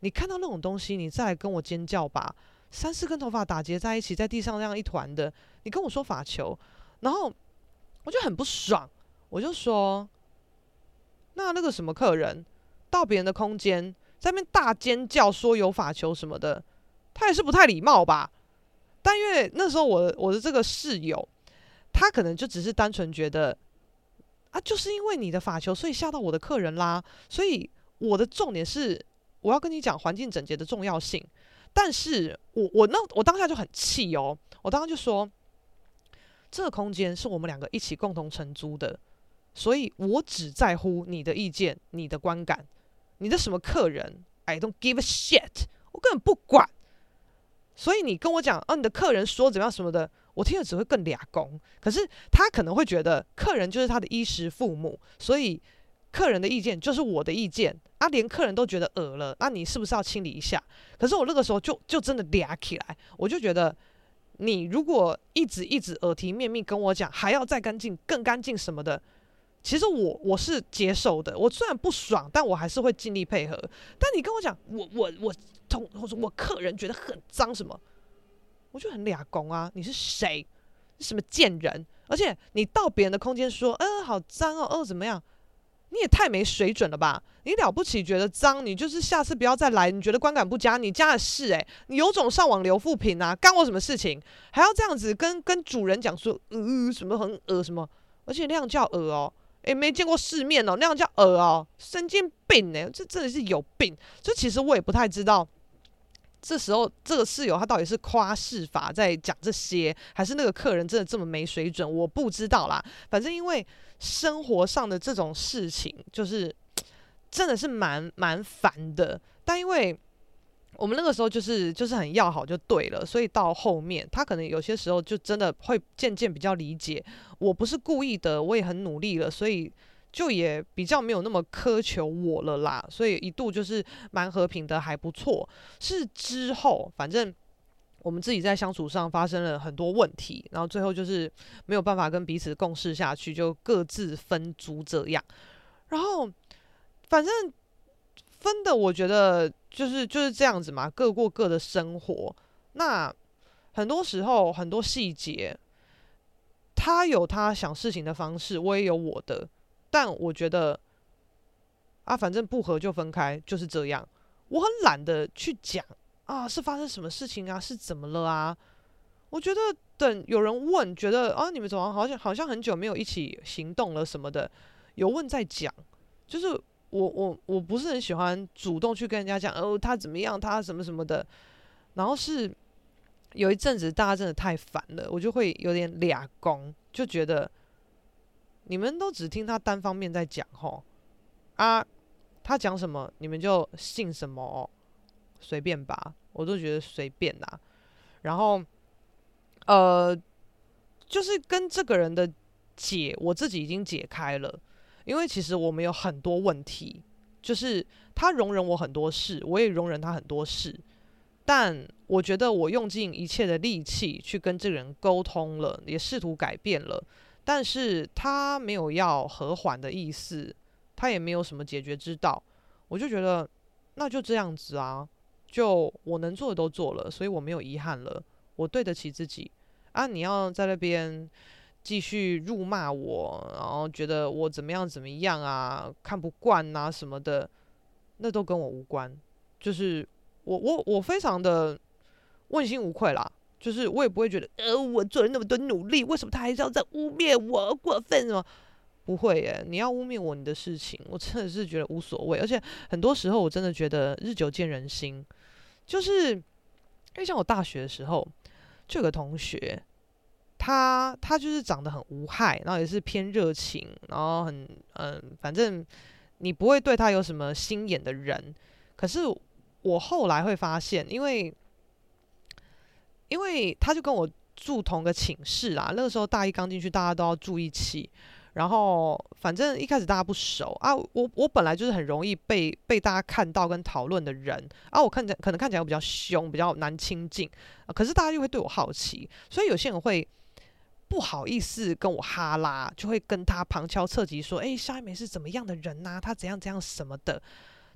你看到那种东西，你再来跟我尖叫吧。三四根头发打结在一起，在地上这样一团的，你跟我说发球，然后我就很不爽，我就说，那那个什么客人到别人的空间，在那边大尖叫说有发球什么的，他也是不太礼貌吧？但因为那时候我的我的这个室友，他可能就只是单纯觉得啊，就是因为你的发球，所以吓到我的客人啦。所以我的重点是，我要跟你讲环境整洁的重要性。但是我我那我当下就很气哦，我当时就说，这个空间是我们两个一起共同承租的，所以我只在乎你的意见、你的观感，你的什么客人 ，I don't give a shit， 我根本不管。所以你跟我讲，啊，你的客人说怎么样什么的，我听了只会更俩公。可是他可能会觉得，客人就是他的衣食父母，所以客人的意见就是我的意见啊，连客人都觉得恶了，那、啊、你是不是要清理一下？可是我那个时候就就真的俩起来，我就觉得，你如果一直一直耳提面命跟我讲，还要再干净、更干净什么的，其实我我是接受的。我虽然不爽，但我还是会尽力配合。但你跟我讲，我我我同我说我客人觉得很脏什么，我就很俩公啊！你是谁？你什么贱人？而且你到别人的空间说，呃，好脏哦，呃，怎么样？你也太没水准了吧！你了不起觉得脏，你就是下次不要再来。你觉得观感不佳，你家的事诶、欸，你有种上网留负评啊，干我什么事情？还要这样子跟跟主人讲说，呃，什么很恶什么？而且那样叫恶哦，诶，没见过世面哦，那样叫恶哦，神经病诶、欸，这真的是有病。就其实我也不太知道。这时候，这个室友他到底是夸饰法在讲这些，还是那个客人真的这么没水准？我不知道啦。反正因为生活上的这种事情，就是真的是蛮蛮烦的。但因为我们那个时候就是就是很要好就对了，所以到后面他可能有些时候就真的会渐渐比较理解，我不是故意的，我也很努力了，所以。就也比较没有那么苛求我了啦，所以一度就是蛮和平的，还不错。是之后，反正我们自己在相处上发生了很多问题，然后最后就是没有办法跟彼此共事下去，就各自分租这样。然后反正分的，我觉得就是就是这样子嘛，各过各的生活。那很多时候很多细节，他有他想事情的方式，我也有我的。但我觉得啊，反正不合就分开，就是这样。我很懒得去讲啊，是发生什么事情啊，是怎么了啊？我觉得等有人问，觉得啊，你们怎么好像好像很久没有一起行动了什么的，有问再讲。就是我我我不是很喜欢主动去跟人家讲，哦，他怎么样，他什么什么的。然后是有一阵子大家真的太烦了，我就会有点俩公，就觉得。你们都只听他单方面在讲吼啊，他讲什么你们就信什么哦，随便吧，我都觉得随便啦。然后呃，就是跟这个人的解，我自己已经解开了，因为其实我们有很多问题，就是他容忍我很多事，我也容忍他很多事，但我觉得我用尽一切的力气去跟这个人沟通了，也试图改变了。但是他没有要和缓的意思，他也没有什么解决之道，我就觉得那就这样子啊，就我能做的都做了，所以我没有遗憾了，我对得起自己啊。你要在那边继续辱骂我，然后觉得我怎么样怎么样啊，看不惯啊什么的，那都跟我无关，就是我我我非常的问心无愧啦。就是我也不会觉得，呃，我做了那么多努力，为什么他还是要在污蔑我，过分什么？不会耶，你要污蔑我你的事情，我真的是觉得无所谓。而且很多时候我真的觉得日久见人心，就是因为像我大学的时候，就有个同学，他他就是长得很无害，然后也是偏热情，然后很嗯，反正你不会对他有什么心眼的人。可是我后来会发现，因为。因为他就跟我住同个寝室啦，那个时候大一刚进去，大家都要住一起。然后反正一开始大家不熟啊，我我本来就是很容易被被大家看到跟讨论的人啊，我看起来可能看起来比较凶，比较难亲近、啊，可是大家又会对我好奇，所以有些人会不好意思跟我哈拉，就会跟他旁敲侧击说，哎、欸，夏一梅是怎么样的人呐、啊？他怎样怎样什么的。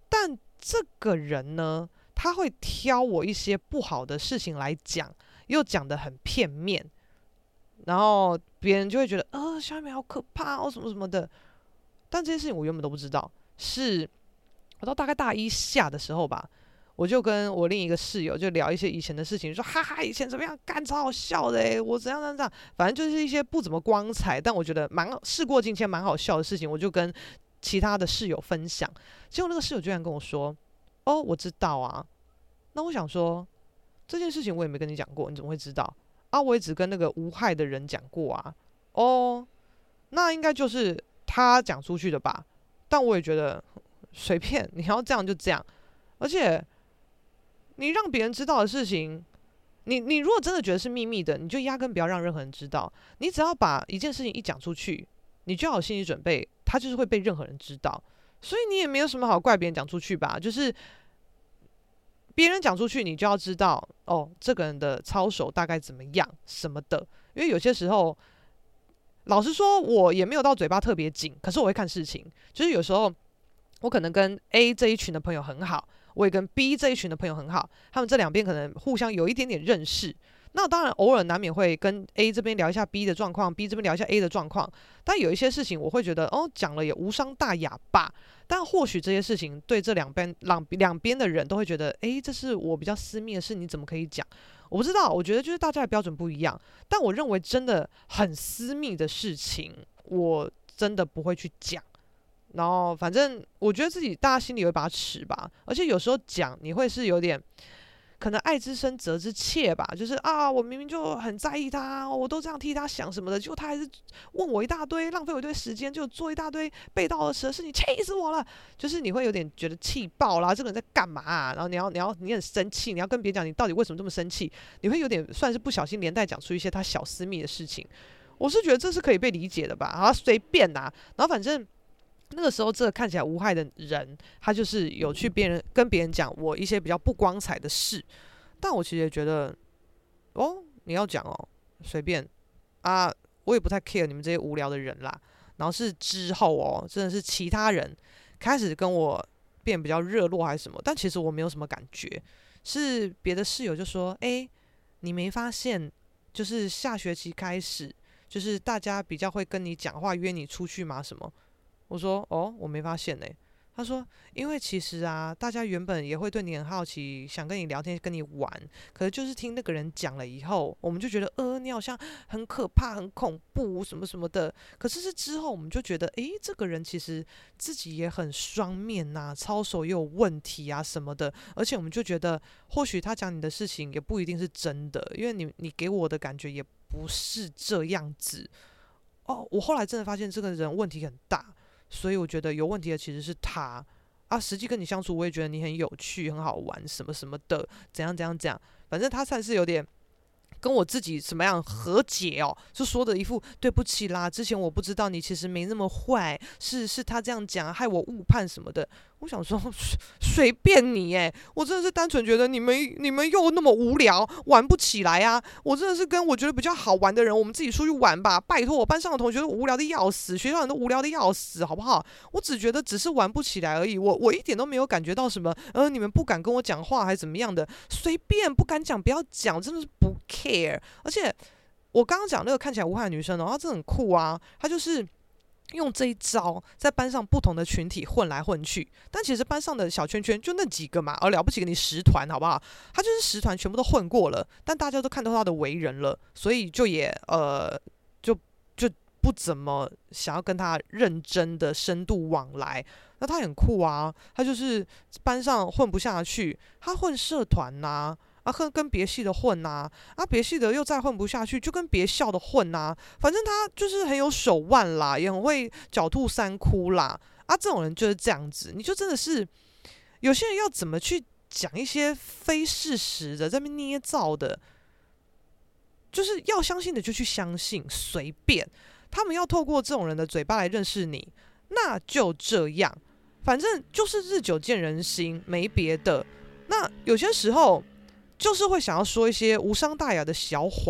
但这个人呢，他会挑我一些不好的事情来讲，又讲得很片面，然后别人就会觉得，呃，小美好可怕哦，什么什么的。但这些事情我原本都不知道，是我到大概大一下的时候吧，我就跟我另一个室友就聊一些以前的事情，说哈哈，以前怎么样，干超好笑的诶，我怎样怎样怎样，反正就是一些不怎么光彩，但我觉得蛮事过境迁蛮好笑的事情，我就跟其他的室友分享。结果那个室友居然跟我说，哦，我知道啊。那我想说，这件事情我也没跟你讲过，你怎么会知道啊？我也只跟那个无害的人讲过啊。哦，那应该就是他讲出去的吧？但我也觉得随便，你要这样就这样。而且你让别人知道的事情，你你如果真的觉得是秘密的，你就压根不要让任何人知道。你只要把一件事情一讲出去，你就要有心理准备，它就是会被任何人知道。所以你也没有什么好怪别人讲出去吧，就是别人讲出去，你就要知道哦，这个人的操守大概怎么样什么的。因为有些时候，老实说，我也没有到嘴巴特别紧，可是我会看事情。就是有时候我可能跟 A 这一群的朋友很好，我也跟 B 这一群的朋友很好，他们这两边可能互相有一点点认识。那当然，偶尔难免会跟 A 这边聊一下 B 的状况 ，B 这边聊一下 A 的状况。但有一些事情，我会觉得哦，讲了也无伤大雅吧。但或许这些事情对这两边两两边的人都会觉得，诶，这是我比较私密的事，你怎么可以讲？我不知道，我觉得就是大家的标准不一样。但我认为真的很私密的事情，我真的不会去讲。然后反正我觉得自己大家心里有一把尺吧，而且有时候讲你会是有点。可能爱之深责之切吧，就是啊，我明明就很在意他，我都这样替他想什么的，结果他还是问我一大堆，浪费我一堆时间，就做一大堆背道而驰的事情，气死我了。就是你会有点觉得气爆啦，这个人在干嘛啊？然后你要你要你很生气，你要跟别人讲你到底为什么这么生气，你会有点算是不小心连带讲出一些他小私密的事情。我是觉得这是可以被理解的吧，好随便啦，然后反正。那个时候，这个看起来无害的人，他就是有去别人跟别人讲我一些比较不光彩的事，但我其实也觉得，哦，你要讲哦，随便啊，我也不太 care 你们这些无聊的人啦。然后是之后哦，真的是其他人开始跟我变比较热络还是什么，但其实我没有什么感觉。是别的室友就说，哎，你没发现，就是下学期开始，就是大家比较会跟你讲话，约你出去吗？什么？我说哦，我没发现呢、欸。他说，因为其实啊，大家原本也会对你很好奇，想跟你聊天，跟你玩，可是就是听那个人讲了以后，我们就觉得，呃，你好像很可怕、很恐怖什么什么的。可是是之后，我们就觉得，诶，这个人其实自己也很双面呐、啊，操守也有问题啊什么的。而且我们就觉得，或许他讲你的事情也不一定是真的，因为你你给我的感觉也不是这样子。哦，我后来真的发现这个人问题很大。所以我觉得有问题的其实是他啊，实际跟你相处，我也觉得你很有趣、很好玩，什么什么的，怎样怎样怎样，反正他算是有点跟我自己什么样和解哦，就说的一副对不起啦，之前我不知道你其实没那么坏，是是他这样讲，害我误判什么的。我想说随便你诶，我真的是单纯觉得你们你们又那么无聊，玩不起来啊！我真的是跟我觉得比较好玩的人，我们自己出去玩吧。拜托，我班上的同学都无聊的要死，学校人都无聊的要死，好不好？我只觉得只是玩不起来而已，我我一点都没有感觉到什么，呃，你们不敢跟我讲话还是怎么样的，随便不敢讲不要讲，真的是不 care。而且我刚刚讲那个看起来无害的女生哦，她真的很酷啊，她就是。用这一招在班上不同的群体混来混去，但其实班上的小圈圈就那几个嘛，而了不起给你十团好不好？他就是十团全部都混过了，但大家都看透他的为人了，所以就也呃就就不怎么想要跟他认真的深度往来。那他很酷啊，他就是班上混不下去，他混社团呐、啊。啊，跟跟别系的混呐、啊，啊，别系的又再混不下去，就跟别校的混呐、啊，反正他就是很有手腕啦，也很会狡兔三窟啦，啊，这种人就是这样子，你就真的是有些人要怎么去讲一些非事实的，在那边捏造的，就是要相信的就去相信，随便，他们要透过这种人的嘴巴来认识你，那就这样，反正就是日久见人心，没别的。那有些时候。就是会想要说一些无伤大雅的小谎，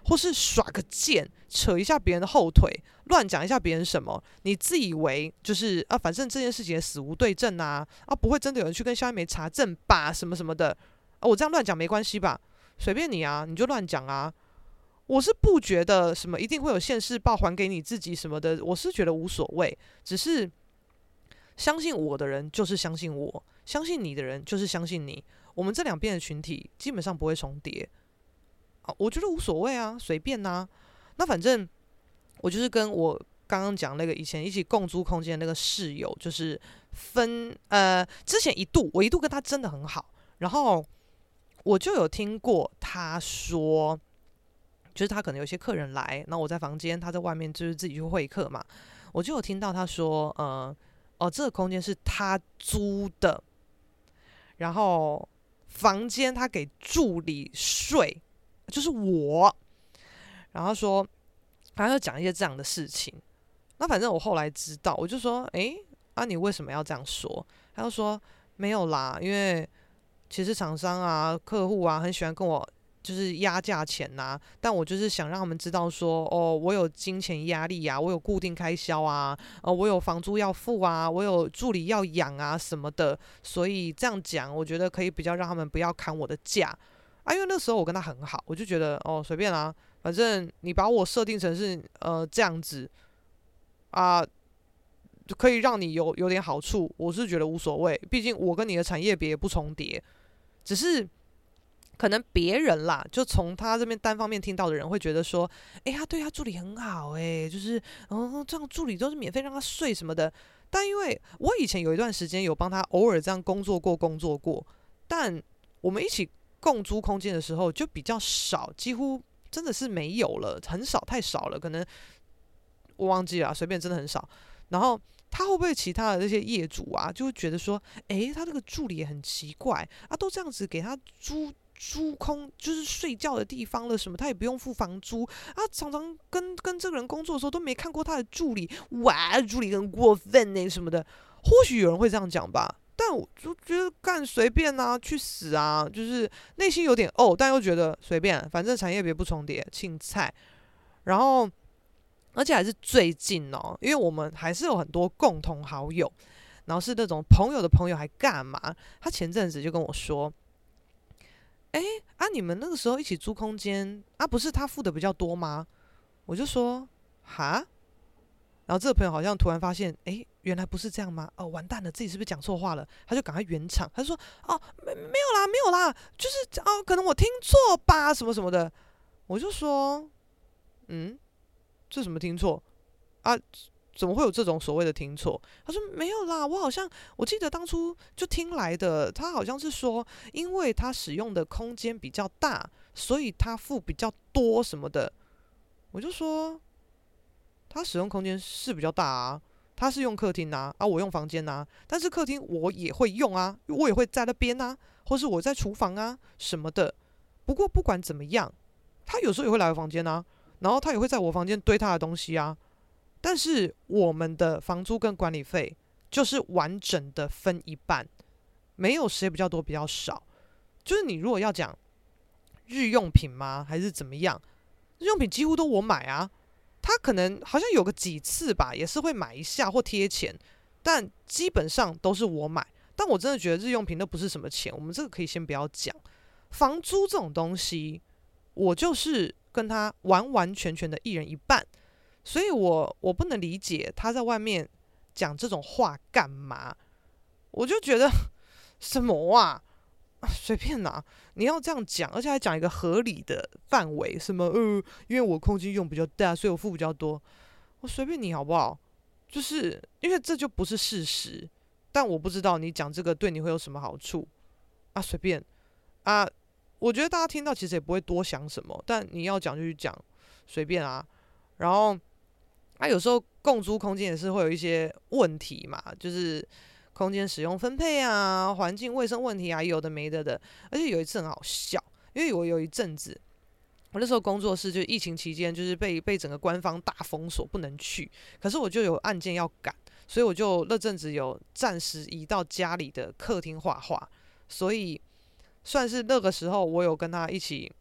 或是耍个贱，扯一下别人的后腿，乱讲一下别人什么，你自以为就是啊，反正这件事情也死无对证啊，啊，不会真的有人去跟肖一梅查证吧，什么什么的，啊，我这样乱讲没关系吧？随便你啊，你就乱讲啊。我是不觉得什么一定会有现世报还给你自己什么的，我是觉得无所谓，只是相信我的人就是相信我，相信你的人就是相信你，我们这两边的群体基本上不会重叠。啊，我觉得无所谓啊，随便啊。那反正我就是跟我刚刚讲那个以前一起共租空间的那个室友，就是分呃，之前一度我一度跟他真的很好，然后我就有听过他说。就是他可能有些客人来，那我在房间，他在外面就是自己去会客嘛。我就有听到他说，呃，哦，这个空间是他租的，然后房间他给助理睡，就是我。然后说，他就讲一些这样的事情。那反正我后来知道，我就说，诶，啊，你为什么要这样说？他就说没有啦，因为其实厂商啊、客户啊很喜欢跟我。就是压价钱呐、啊，但我就是想让他们知道说，哦，我有金钱压力啊，我有固定开销啊，呃，我有房租要付啊，我有助理要养啊什么的，所以这样讲，我觉得可以比较让他们不要砍我的价啊，因为那时候我跟他很好，我就觉得哦随便啦，反正你把我设定成是呃这样子啊，可以让你有有点好处，我是觉得无所谓，毕竟我跟你的产业别也不重叠，只是。可能别人啦，就从他这边单方面听到的人会觉得说，哎、欸，他对他助理很好、欸，哎，就是，哦，这样助理都是免费让他睡什么的。但因为我以前有一段时间有帮他偶尔这样工作过，工作过，但我们一起共租空间的时候就比较少，几乎真的是没有了，很少，太少了，可能我忘记了，随便，真的很少。然后他会不会其他的这些业主啊，就会觉得说，诶，他这个助理也很奇怪啊，都这样子给他租。租空就是睡觉的地方了，什么他也不用付房租啊。常常跟跟这个人工作的时候都没看过他的助理，哇，助理很过分呢什么的。或许有人会这样讲吧，但我就觉得干随便啊，去死啊！就是内心有点哦，但又觉得随便，反正产业别不重叠，青菜。然后，而且还是最近哦，因为我们还是有很多共同好友，然后是那种朋友的朋友还干嘛？他前阵子就跟我说。哎啊！你们那个时候一起租空间啊，不是他付的比较多吗？我就说哈，然后这个朋友好像突然发现，哎，原来不是这样吗？哦，完蛋了，自己是不是讲错话了？他就赶快圆场，他就说哦，没没有啦，没有啦，就是哦，可能我听错吧，什么什么的。我就说，嗯，这什么听错啊？怎么会有这种所谓的听错？他说没有啦，我好像我记得当初就听来的，他好像是说，因为他使用的空间比较大，所以他付比较多什么的。我就说，他使用空间是比较大啊，他是用客厅啊，啊我用房间啊，但是客厅我也会用啊，我也会在那边啊，或是我在厨房啊什么的。不过不管怎么样，他有时候也会来我房间啊，然后他也会在我房间堆他的东西啊。但是我们的房租跟管理费就是完整的分一半，没有谁比较多比较少。就是你如果要讲日用品吗，还是怎么样？日用品几乎都我买啊，他可能好像有个几次吧，也是会买一下或贴钱，但基本上都是我买。但我真的觉得日用品都不是什么钱，我们这个可以先不要讲。房租这种东西，我就是跟他完完全全的一人一半。所以我我不能理解他在外面讲这种话干嘛？我就觉得什么啊，随便拿，你要这样讲，而且还讲一个合理的范围，什么呃，因为我空间用比较大，所以我付比较多，我随便你好不好？就是因为这就不是事实，但我不知道你讲这个对你会有什么好处啊？随便啊，我觉得大家听到其实也不会多想什么，但你要讲就去讲，随便啊，然后。它、啊、有时候共租空间也是会有一些问题嘛，就是空间使用分配啊、环境卫生问题啊，有的没的的。而且有一次很好笑，因为我有一阵子，我那时候工作室就疫情期间，就是被被整个官方大封锁，不能去。可是我就有案件要赶，所以我就那阵子有暂时移到家里的客厅画画，所以算是那个时候我有跟他一起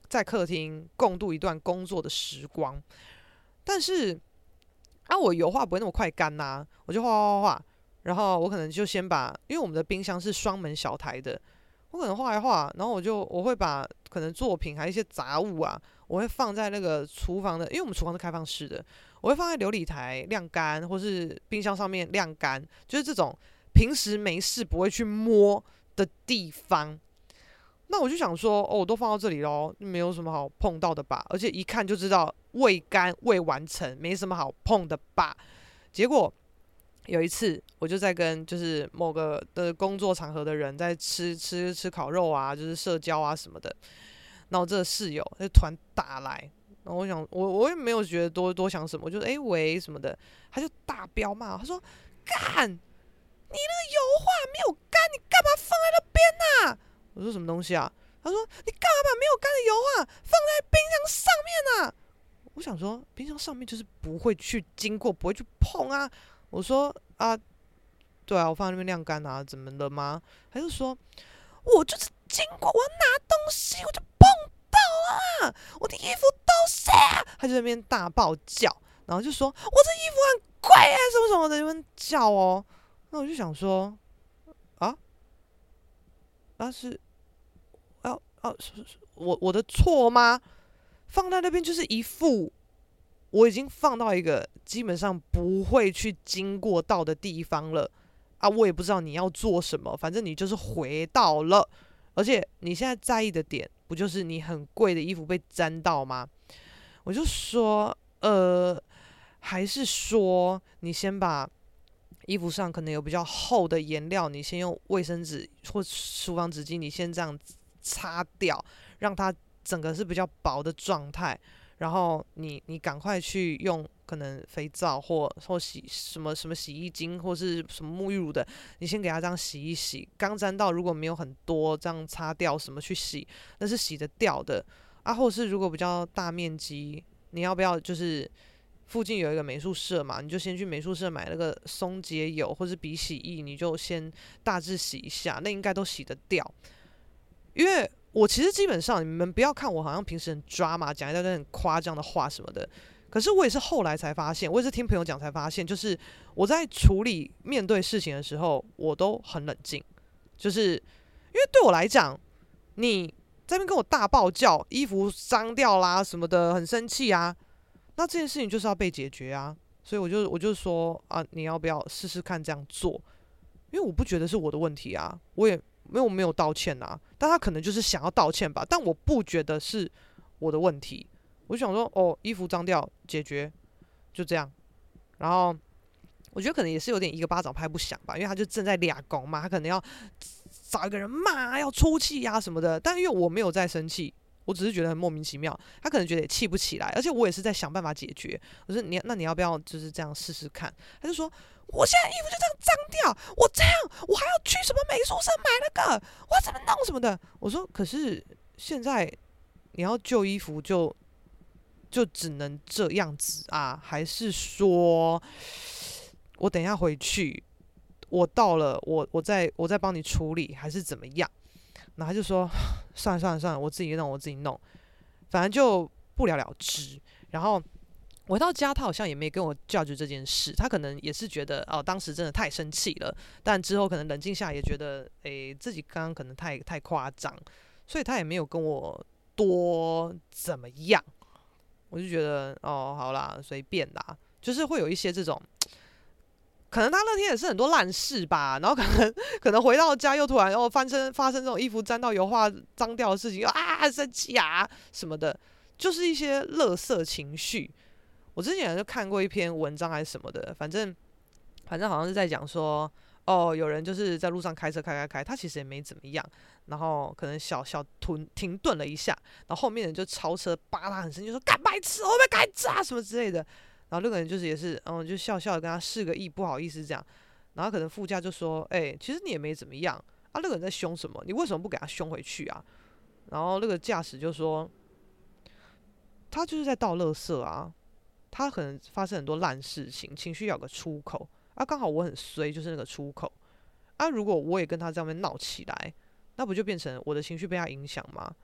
在客厅共度一段工作的时光。但是啊，我油画不会那么快干呐、啊，我就画画画画，然后我可能就先把，因为我们的冰箱是双门小台的，我可能画一画，然后我就我会把可能作品还有一些杂物啊，我会放在那个厨房的，因为我们厨房是开放式的，我会放在流理台晾干，或是冰箱上面晾干，就是这种平时没事不会去摸的地方。那我就想说，哦，我都放到这里咯，没有什么好碰到的吧？而且一看就知道未干未完成，没什么好碰的吧？结果有一次，我就在跟就是某个的工作场合的人在吃吃吃烤肉啊，就是社交啊什么的。然后这个室友他就突然打来，然后我想我我也没有觉得多多想什么，我就哎、欸、喂什么的，他就大飙骂，他说干，你那个油画没有干，你干嘛放在那边啊？我说什么东西啊？他说你干嘛把没有干的油画放在冰箱上面啊？我想说冰箱上面就是不会去经过，不会去碰啊。我说啊，对啊，我放在那边晾干啊，怎么了吗？他就说我就是经过，我要拿东西我就碰到了啊，我的衣服都是啊。他就在那边大爆叫，然后就说我这衣服很贵啊，什么什么的，在那边叫哦。那我就想说啊，那是要要是是我我的错吗？放在那边就是一副我已经放到一个基本上不会去经过到的地方了啊，我也不知道你要做什么，反正你就是回到了，而且你现在在意的点不就是你很贵的衣服被沾到吗？我就说，呃，还是说你先把衣服上可能有比较厚的颜料，你先用卫生纸或厨房纸巾，你先这样擦掉，让它整个是比较薄的状态。然后你你赶快去用可能肥皂或或洗什么什么洗衣精或是什么沐浴乳的，你先给它这样洗一洗，刚沾到如果没有很多，这样擦掉什么去洗，那是洗得掉的啊。或者是如果比较大面积，你要不要就是附近有一个美术社嘛，你就先去美术社买那个松节油或是笔洗液，你就先大致洗一下，那应该都洗得掉。因为我其实基本上，你们不要看我好像平时很抓嘛，讲一大堆很夸张的话什么的，可是我也是后来才发现，我也是听朋友讲才发现，就是我在处理面对事情的时候，我都很冷静，就是因为对我来讲，你在那边跟我大爆叫，衣服脏掉啦什么的，很生气啊，那这件事情就是要被解决啊，所以我就我就说啊，你要不要试试看这样做？因为我不觉得是我的问题啊，我也没有没有道歉啊，但他可能就是想要道歉吧，但我不觉得是我的问题。我就想说，哦，衣服脏掉解决，就这样。然后我觉得可能也是有点一个巴掌拍不响吧，因为他就正在俩拱嘛，他可能要找一个人骂，要出气啊什么的。但因为我没有在生气，我只是觉得很莫名其妙，他可能觉得也气不起来，而且我也是在想办法解决。我说你那你要不要就是这样试试看？他就说我现在衣服就这样脏掉，我这样我还要去什么美术社买那个，我要怎么弄什么的。我说可是现在你要旧衣服就就只能这样子啊？还是说我等一下回去，我到了我我再我再帮你处理，还是怎么样？然后他就说算了算了算了，我自己弄我自己弄，反正就不了了之。然后回到家，他好像也没跟我 judge 这件事，他可能也是觉得哦，当时真的太生气了，但之后可能冷静下来也觉得，诶，自己刚刚可能太太夸张，所以他也没有跟我多怎么样。我就觉得哦，好啦，随便啦，就是会有一些这种。可能他那天也是很多烂事吧，然后可能可能回到家又突然哦发生发生这种衣服沾到油画脏掉的事情，啊生气啊什么的，就是一些垃圾情绪。我之前就看过一篇文章还是什么的，反正反正好像是在讲说，哦，有人就是在路上开车开开开，他其实也没怎么样，然后可能小小停停顿了一下，然后后面人就超车扒他很生气，就说干白痴，我被开车啊什么之类的。然后那个人就是也是，嗯，就笑笑的跟他示个意，不好意思这样。然后可能副驾就说，哎、欸，其实你也没怎么样啊，那个人在凶什么？你为什么不给他凶回去啊？然后那个驾驶就说，他就是在倒垃圾啊，他可能发生很多烂事情，情绪要有个出口啊，刚好我很衰，就是那个出口啊。如果我也跟他这样闹起来，那不就变成我的情绪被他影响吗？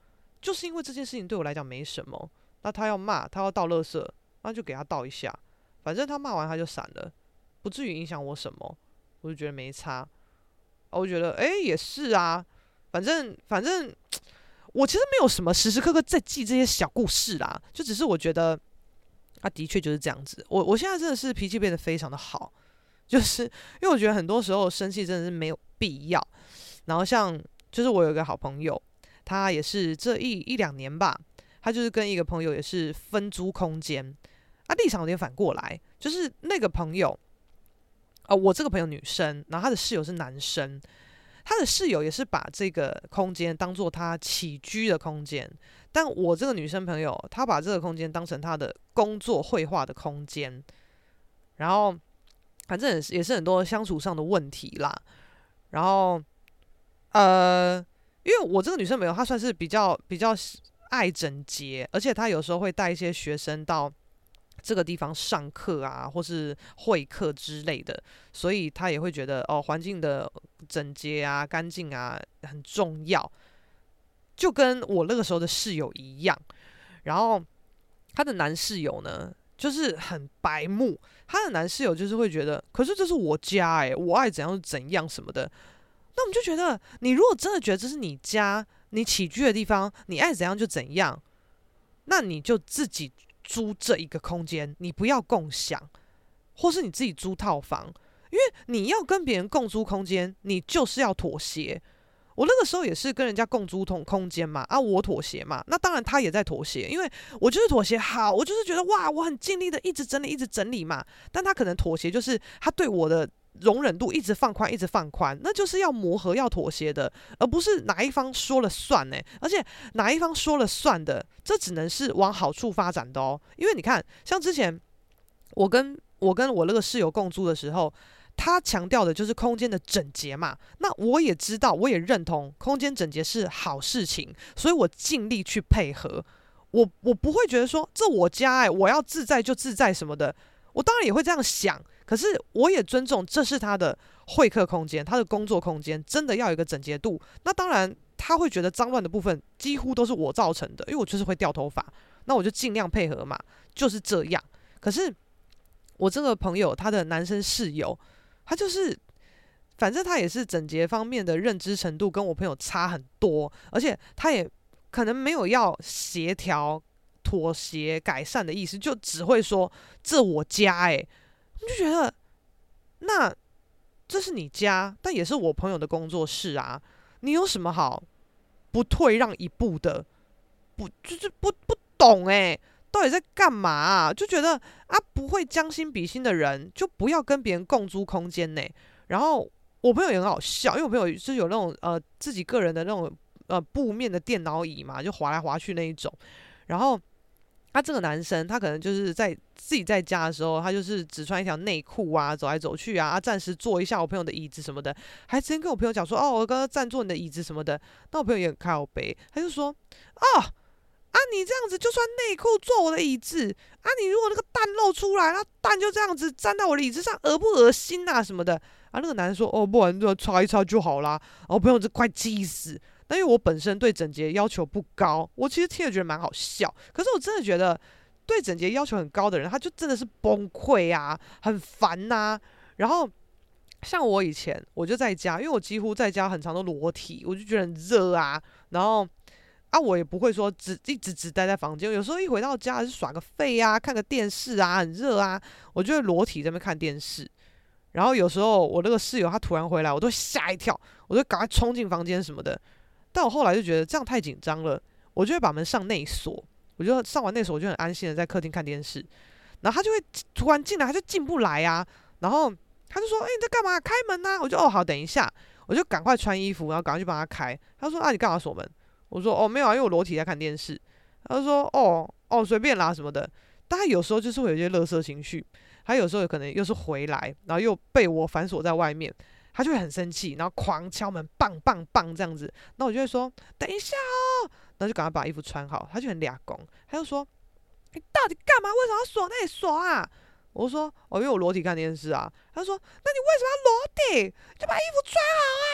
就是因为这件事情对我来讲没什么，那他要骂，他要倒垃圾，那就给他倒一下，反正他骂完他就闪了，不至于影响我什么，我就觉得没差。我就觉得，哎、欸，也是啊，反正反正我其实没有什么时时刻刻在记这些小故事啦，就只是我觉得，啊，的确就是这样子。我我现在真的是脾气变得非常的好，就是因为我觉得很多时候生气真的是没有必要。然后像就是我有一个好朋友，他也是这一一两年吧，他就是跟一个朋友也是分租空间，啊，立场有点反过来，就是那个朋友。哦，我这个朋友女生，然后她的室友是男生，她的室友也是把这个空间当做她起居的空间，但我这个女生朋友，她把这个空间当成她的工作绘画的空间，然后反正也是很多相处上的问题啦。然后呃，因为我这个女生朋友她算是比较比较爱整洁，而且她有时候会带一些学生到这个地方上课啊，或是会课之类的，所以他也会觉得哦，环境的整洁啊、干净啊很重要，就跟我那个时候的室友一样。然后他的男室友呢，就是很白目，他的男室友就是会觉得，可是这是我家哎、欸，我爱怎样就怎样什么的。那我们就觉得，你如果真的觉得这是你家，你起居的地方，你爱怎样就怎样，那你就自己租这一个空间，你不要共享，或是你自己租套房，因为你要跟别人共租空间，你就是要妥协。我那个时候也是跟人家共租同空间嘛，啊，我妥协嘛，那当然他也在妥协，因为我就是妥协好，我就是觉得哇，我很尽力的一直整理，一直整理嘛，但他可能妥协就是他对我的容忍度一直放宽，一直放宽，那就是要磨合，要妥协的，而不是哪一方说了算呢、欸。而且哪一方说了算的，这只能是往好处发展的哦。因为你看，像之前我跟我跟我那个室友共租的时候，他强调的就是空间的整洁嘛。那我也知道，我也认同空间整洁是好事情，所以我尽力去配合。我我不会觉得说这我家哎、欸，我要自在就自在什么的。我当然也会这样想，可是我也尊重这是他的会客空间，他的工作空间，真的要有一个整洁度。那当然他会觉得脏乱的部分几乎都是我造成的，因为我就是会掉头发，那我就尽量配合嘛，就是这样。可是我这个朋友他的男生室友，他就是反正他也是整洁方面的认知程度跟我朋友差很多，而且他也可能没有要协调、妥协、改善的意思，就只会说这我家哎、欸，我就觉得那这是你家，但也是我朋友的工作室啊，你有什么好不退让一步的？不就是不不懂哎、欸，到底在干嘛啊？就觉得啊，不会将心比心的人就不要跟别人共租空间呢、欸。然后我朋友也很好笑，因为我朋友就是有那种呃自己个人的那种呃布面的电脑椅嘛，就滑来滑去那一种。然后他这个男生，他可能就是在自己在家的时候，他就是只穿一条内裤啊，走来走去啊，啊暂时坐一下我朋友的椅子什么的，还之前跟我朋友讲说，哦，我刚刚暂坐你的椅子什么的。那我朋友也很靠北，他就说，哦。啊，你这样子就算内裤坐我的椅子啊，你如果那个蛋露出来，那蛋就这样子粘到我的椅子上，恶不恶心啊什么的啊？那个男人说，哦，不然就擦一擦就好啦。然后我朋友就快气死。那因为我本身对整洁要求不高，我其实听了觉得蛮好笑。可是我真的觉得对整洁要求很高的人，他就真的是崩溃啊，很烦呐、啊。然后像我以前我就在家，因为我几乎在家很常都裸体，我就觉得很热啊，然后。啊，我也不会说只一直只待在房间，有时候一回到家是耍个废啊，看个电视啊，很热啊，我就会裸体在那边看电视。然后有时候我那个室友他突然回来，我都吓一跳，我就赶快冲进房间什么的。但我后来就觉得这样太紧张了，我就会把门上内锁，我就上完内锁，我就很安心的在客厅看电视。然后他就会突然进来，他就进不来啊，然后他就说：“哎、欸，你在干嘛？开门啊！”我就哦好，等一下，我就赶快穿衣服，然后赶快去帮他开。他说：“啊，你干嘛锁门？”我说哦没有啊，因为我裸体在看电视。他就说哦哦随便啦什么的。但他有时候就是会有一些垃圾情绪，他有时候有可能又是回来，然后又被我反锁在外面，他就会很生气，然后狂敲门，棒棒棒这样子。那我就会说等一下哦，然后就赶快把衣服穿好。他就很俩公，他就说你到底干嘛？为什么要锁那里锁啊？我就说哦因为我裸体看电视啊。他说那你为什么要裸体？就把衣服穿好啊！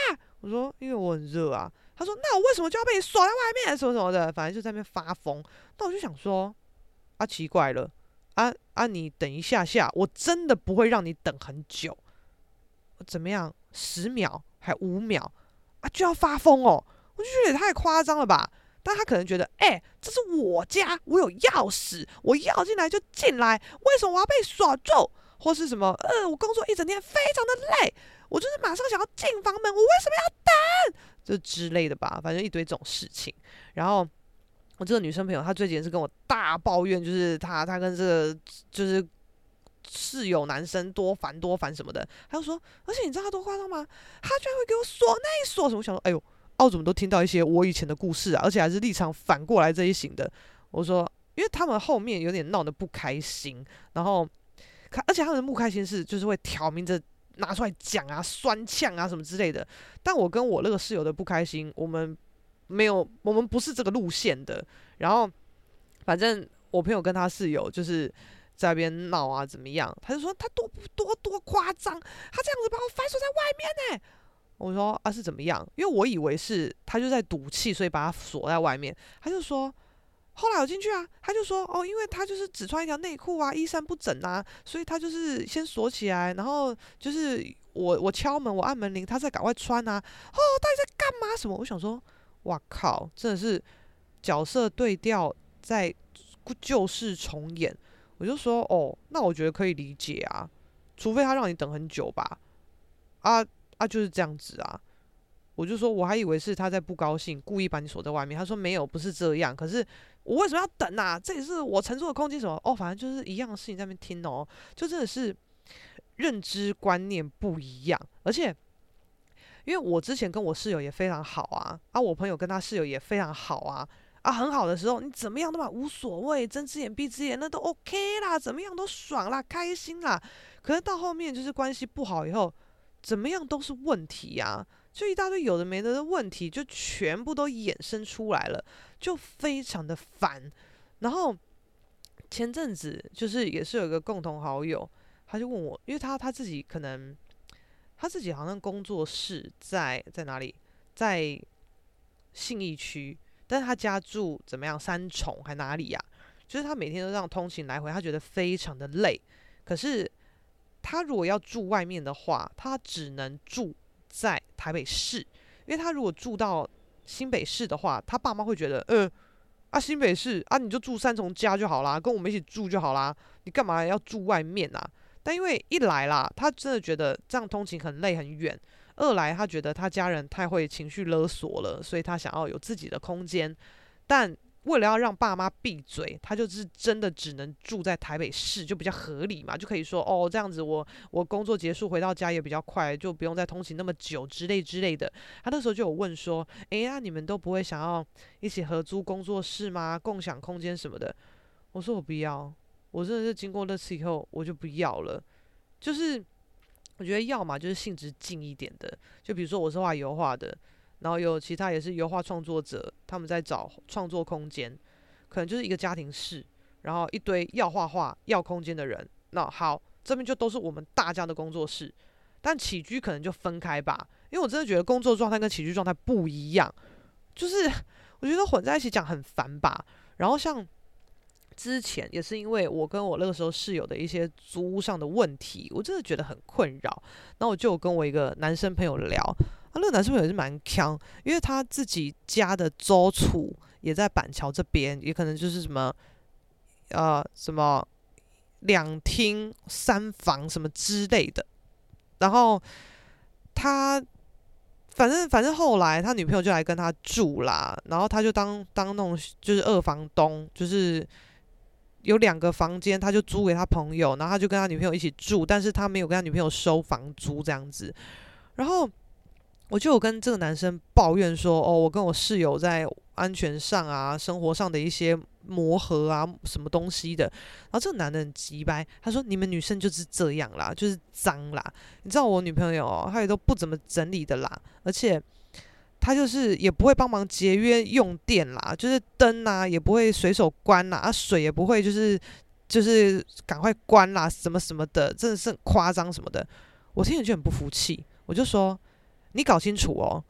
我说因为我很热啊。他说那我为什么就要被你锁在外面什么什么的，反正就在那边发疯。那我就想说啊奇怪了，啊啊你等一下下，我真的不会让你等很久，怎么样十秒还五秒啊就要发疯哦，我就觉得也太夸张了吧。但他可能觉得，哎、欸，这是我家，我有钥匙，我要进来就进来，为什么我要被锁住？或是什么，呃，我工作一整天非常的累，我就是马上想要进房门，我为什么要等？就之类的吧，反正一堆这种事情。然后我这个女生朋友，她最近是跟我大抱怨，就是她她跟这个就是室友男生多烦多烦什么的。她就说，而且你知道她多夸张吗？她居然会给我锁内锁什么？我想说，哎呦。哦，怎么都听到一些我以前的故事啊，而且还是立场反过来这一型的。我说，因为他们后面有点闹得不开心，然后，而且他们的不开心是就是会挑明着拿出来讲啊、酸呛啊什么之类的。但我跟我那个室友的不开心，我们没有，我们不是这个路线的。然后，反正我朋友跟他室友就是在那边闹啊，怎么样？他就说他多多多夸张，他这样子把我反锁在外面呢、欸。我说啊是怎么样？因为我以为是他就在赌气，所以把他锁在外面。他就说，后来我进去啊，他就说哦，因为他就是只穿一条内裤啊，衣衫不整啊，所以他就是先锁起来，然后就是我我敲门，我按门铃，他再赶快穿啊。哦，到底在干嘛？什么？我想说，哇靠，真的是角色对调在旧事重演。我就说哦，那我觉得可以理解啊，除非他让你等很久吧，啊。啊，就是这样子啊！我就说，我还以为是他在不高兴，故意把你锁在外面。他说没有，不是这样。可是我为什么要等啊？这也是我承受的空间什么？哦，反正就是一样的事情在那边听哦，就真的是认知观念不一样。而且，因为我之前跟我室友也非常好啊，啊，我朋友跟他室友也非常好啊，啊，很好的时候，你怎么样都嘛无所谓，睁只眼闭只眼那都 OK 啦，怎么样都爽啦，开心啦。可是到后面就是关系不好以后。怎么样都是问题啊，就一大堆有的没的的问题，就全部都衍生出来了，就非常的烦。然后前阵子就是也是有一个共同好友，他就问我，因为他他自己可能他自己好像工作室在在哪里，在信义区，但是他家住怎么样三重还哪里呀、啊？就是他每天都这样通勤来回，他觉得非常的累，可是。他如果要住外面的话，他只能住在台北市，因为他如果住到新北市的话，他爸妈会觉得，呃，啊新北市啊你就住三重家就好啦，跟我们一起住就好啦，你干嘛要住外面啊？但因为一来啦，他真的觉得这样通勤很累很远；二来他觉得他家人太会情绪勒索了，所以他想要有自己的空间，但。为了要让爸妈闭嘴，他就是真的只能住在台北市，就比较合理嘛，就可以说哦，这样子我我工作结束回到家也比较快，就不用再通勤那么久之类之类的。他那时候就有问说，诶，那你们都不会想要一起合租工作室吗？共享空间什么的？我说我不要，我真的是经过那次以后我就不要了。就是我觉得要嘛就是性质近一点的，就比如说我是画油画的。然后有其他也是油画创作者，他们在找创作空间，可能就是一个家庭式，然后一堆要画画、要空间的人。那好，这边就都是我们大家的工作室，但起居可能就分开吧，因为我真的觉得工作状态跟起居状态不一样，就是我觉得混在一起讲很烦吧。然后像之前也是因为我跟我那个时候室友的一些租屋上的问题，我真的觉得很困扰。然后我就有跟我一个男生朋友聊。啊，那个男生朋友也是蛮强，因为他自己家的周处也在板桥这边，也可能就是什么呃什么两厅三房什么之类的。然后他反正反正后来他女朋友就来跟他住啦，然后他就当当那种就是二房东，就是有两个房间，他就租给他朋友，然后他就跟他女朋友一起住，但是他没有跟他女朋友收房租这样子，然后。我就有跟这个男生抱怨说，哦，我跟我室友在安全上啊、生活上的一些磨合啊，什么东西的。然后这个男的很急掰，他说：“你们女生就是这样啦，就是脏啦。你知道我女朋友哦，她也都不怎么整理的啦，而且她就是也不会帮忙节约用电啦，就是灯啊也不会随手关啦，啊水也不会就是就是赶快关啦，什么什么的，真的是很夸张什么的。我听了就很不服气，我就说。”你搞清楚哦，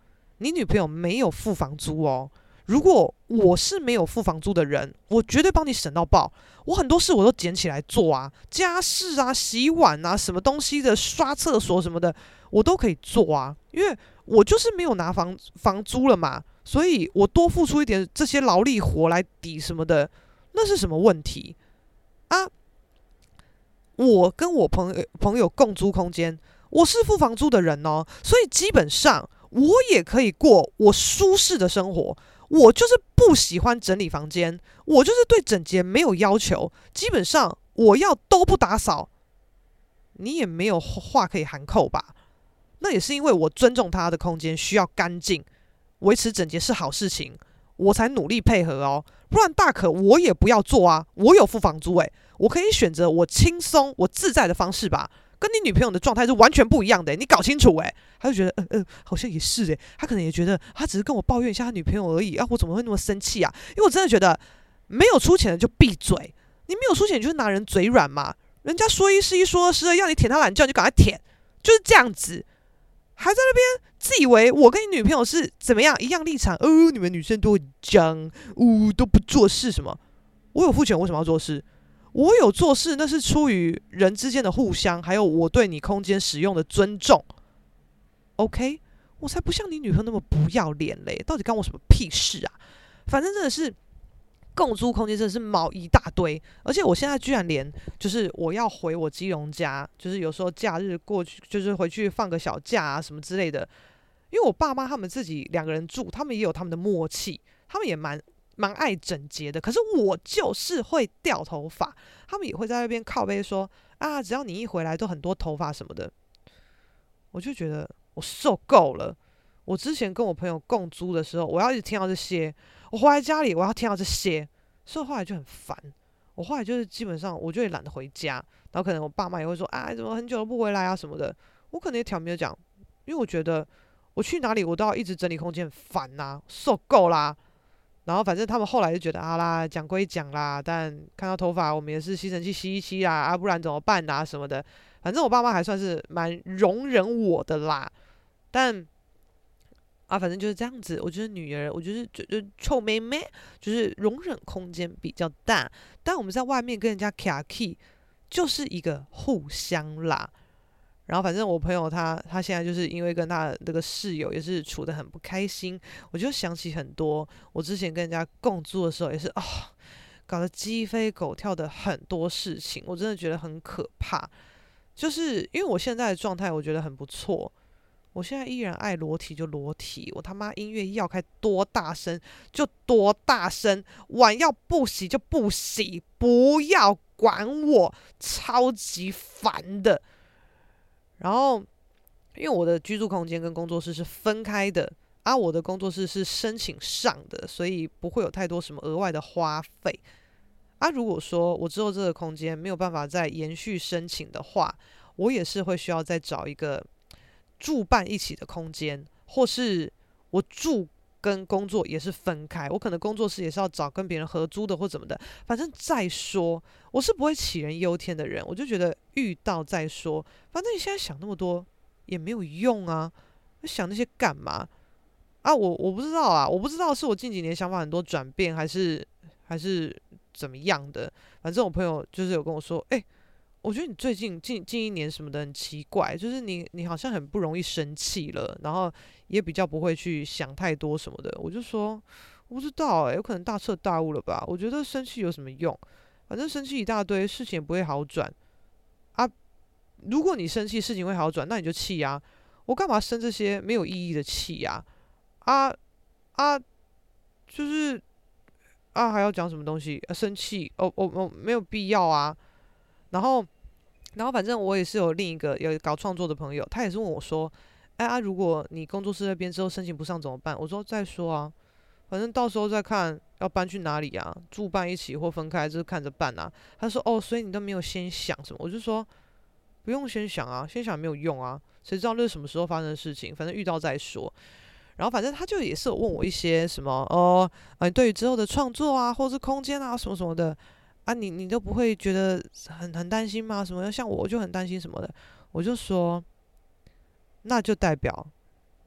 你女朋友没有付房租哦。如果我是没有付房租的人，我绝对帮你省到爆。我很多事我都捡起来做啊，家事啊、洗碗啊、什么东西的、刷厕所什么的，我都可以做啊。因为我就是没有拿房房租了嘛，所以我多付出一点这些劳力活来抵什么的，那是什么问题啊？我跟我朋友朋友共租空间，我是付房租的人哦，所以基本上我也可以过我舒适的生活。我就是不喜欢整理房间，我就是对整洁没有要求，基本上我要都不打扫，你也没有话可以含扣吧？那也是因为我尊重他的空间需要干净，维持整洁是好事情，我才努力配合哦。不然大可我也不要做啊，我有付房租诶、欸，我可以选择我轻松、我自在的方式吧。跟你女朋友的状态是完全不一样的、欸，你搞清楚诶、欸。他就觉得，呃呃，好像也是诶、欸，他可能也觉得，他只是跟我抱怨一下他女朋友而已啊，我怎么会那么生气啊？因为我真的觉得，没有出钱的就闭嘴，你没有出钱就是拿人嘴软嘛，人家说一是一，说二是二，要你舔他懒觉你就赶快舔，就是这样子，还在那边自以为我跟你女朋友是怎么样一样立场，哦，你们女生都很僵，哦，都不做事什么，我有付钱，为什么要做事？我有做事，那是出于人之间的互相，还有我对你空间使用的尊重。OK， 我才不像你女朋友那么不要脸嘞，到底干我什么屁事啊？反正真的是共租空间真的是毛一大堆，而且我现在居然连就是我要回我基隆家，就是有时候假日过去，就是回去放个小假啊什么之类的。因为我爸妈他们自己两个人住，他们也有他们的默契，他们也蛮蛮爱整洁的。可是我就是会掉头发，他们也会在那边靠背说啊，只要你一回来都很多头发什么的，我就觉得我受够了。我之前跟我朋友共租的时候，我要一直听到这些，我回来家里我要听到这些，所以后来就很烦。我后来就是基本上我就也懒得回家，然后可能我爸妈也会说啊，怎么很久都不回来啊什么的，我可能也挑明了讲，因为我觉得我去哪里我都要一直整理空间，很烦呐，受够啦。然后反正他们后来就觉得啊啦，讲归讲啦，但看到头发我们也是吸尘器吸一吸啦，啊不然怎么办啊什么的。反正我爸妈还算是蛮容忍我的啦，但啊反正就是这样子。我觉得女儿，我觉得就就臭妹妹，就是容忍空间比较大，但我们在外面跟人家卡 key 就是一个互相啦。然后反正我朋友他他现在就是因为跟他的那个室友也是处得很不开心，我就想起很多我之前跟人家共住的时候也是啊、哦，搞得鸡飞狗跳的很多事情，我真的觉得很可怕。就是因为我现在的状态我觉得很不错，我现在依然爱裸体就裸体，我他妈音乐要开多大声就多大声，碗要不洗就不洗，不要管我，超级烦的。然后，因为我的居住空间跟工作室是分开的，啊，我的工作室是申请上的，所以不会有太多什么额外的花费。啊，如果说我之后这个空间没有办法再延续申请的话，我也是会需要再找一个住伴一起的空间，或是我住跟工作也是分开，我可能工作室也是要找跟别人合租的或怎么的，反正再说，我是不会杞人忧天的人，我就觉得遇到再说，反正你现在想那么多也没有用啊，想那些干嘛啊？我我不知道啊，我不知道是我近几年想法很多转变，还是还是怎么样的，反正我朋友就是有跟我说，哎、欸。我觉得你最近近近一年什么的很奇怪，就是你你好像很不容易生气了，然后也比较不会去想太多什么的。我就说我不知道哎、欸，有可能大彻大悟了吧？我觉得生气有什么用？反正生气一大堆，事情也不会好转啊。如果你生气，事情会好转，那你就气啊！我干嘛生这些没有意义的气呀、啊？啊啊，就是啊还要讲什么东西？啊、生气哦哦哦，没有必要啊。然后然后反正我也是有另一个有搞创作的朋友，他也是问我说：“哎啊，如果你工作室那边之后申请不上怎么办？”我说：“再说啊，反正到时候再看要搬去哪里啊，住办一起或分开，就是看着办啊。”他说：“哦，所以你都没有先想什么？”我就说：“不用先想啊，先想没有用啊，谁知道这是什么时候发生的事情？反正遇到再说。”然后反正他就也是有问我一些什么哦，呃，对于之后的创作啊，或是空间啊什么什么的。啊你，你都不会觉得很很担心吗？什么像我就很担心什么的，我就说，那就代表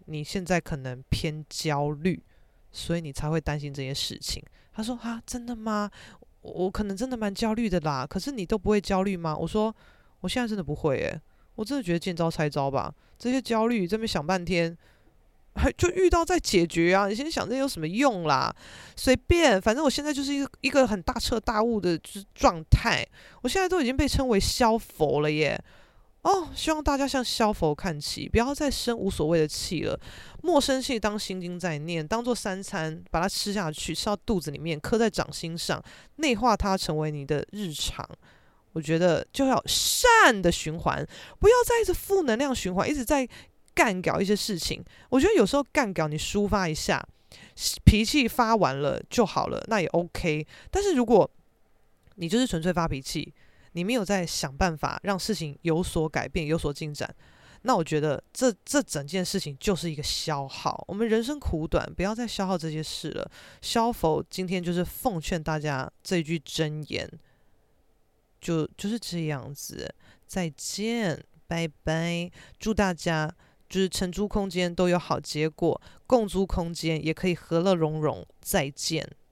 你现在可能偏焦虑，所以你才会担心这些事情。他说啊，真的吗？我可能真的蛮焦虑的啦，可是你都不会焦虑吗？我说我现在真的不会耶，我真的觉得见招拆招吧。这些焦虑这边想半天，还就遇到再解决啊！你先想这有什么用啦？随便，反正我现在就是一个一个很大彻大悟的状态。我现在都已经被称为消佛了耶。哦，希望大家向消佛看齐，不要再生无所谓的气了。莫生气当心经在念，当做三餐把它吃下去，吃到肚子里面，刻在掌心上，内化它成为你的日常。我觉得就要善的循环，不要再一直负能量循环，一直在干搞一些事情。我觉得有时候干搞你抒发一下，脾气发完了就好了，那也 OK。但是如果你就是纯粹发脾气，你没有在想办法让事情有所改变、有所进展，那我觉得这这整件事情就是一个消耗。我们人生苦短，不要再消耗这些事了。消否今天就是奉劝大家这一句箴言，就就是这样子。再见，拜拜，祝大家就是承租空间都有好结果，共租空间也可以和乐融融。再见。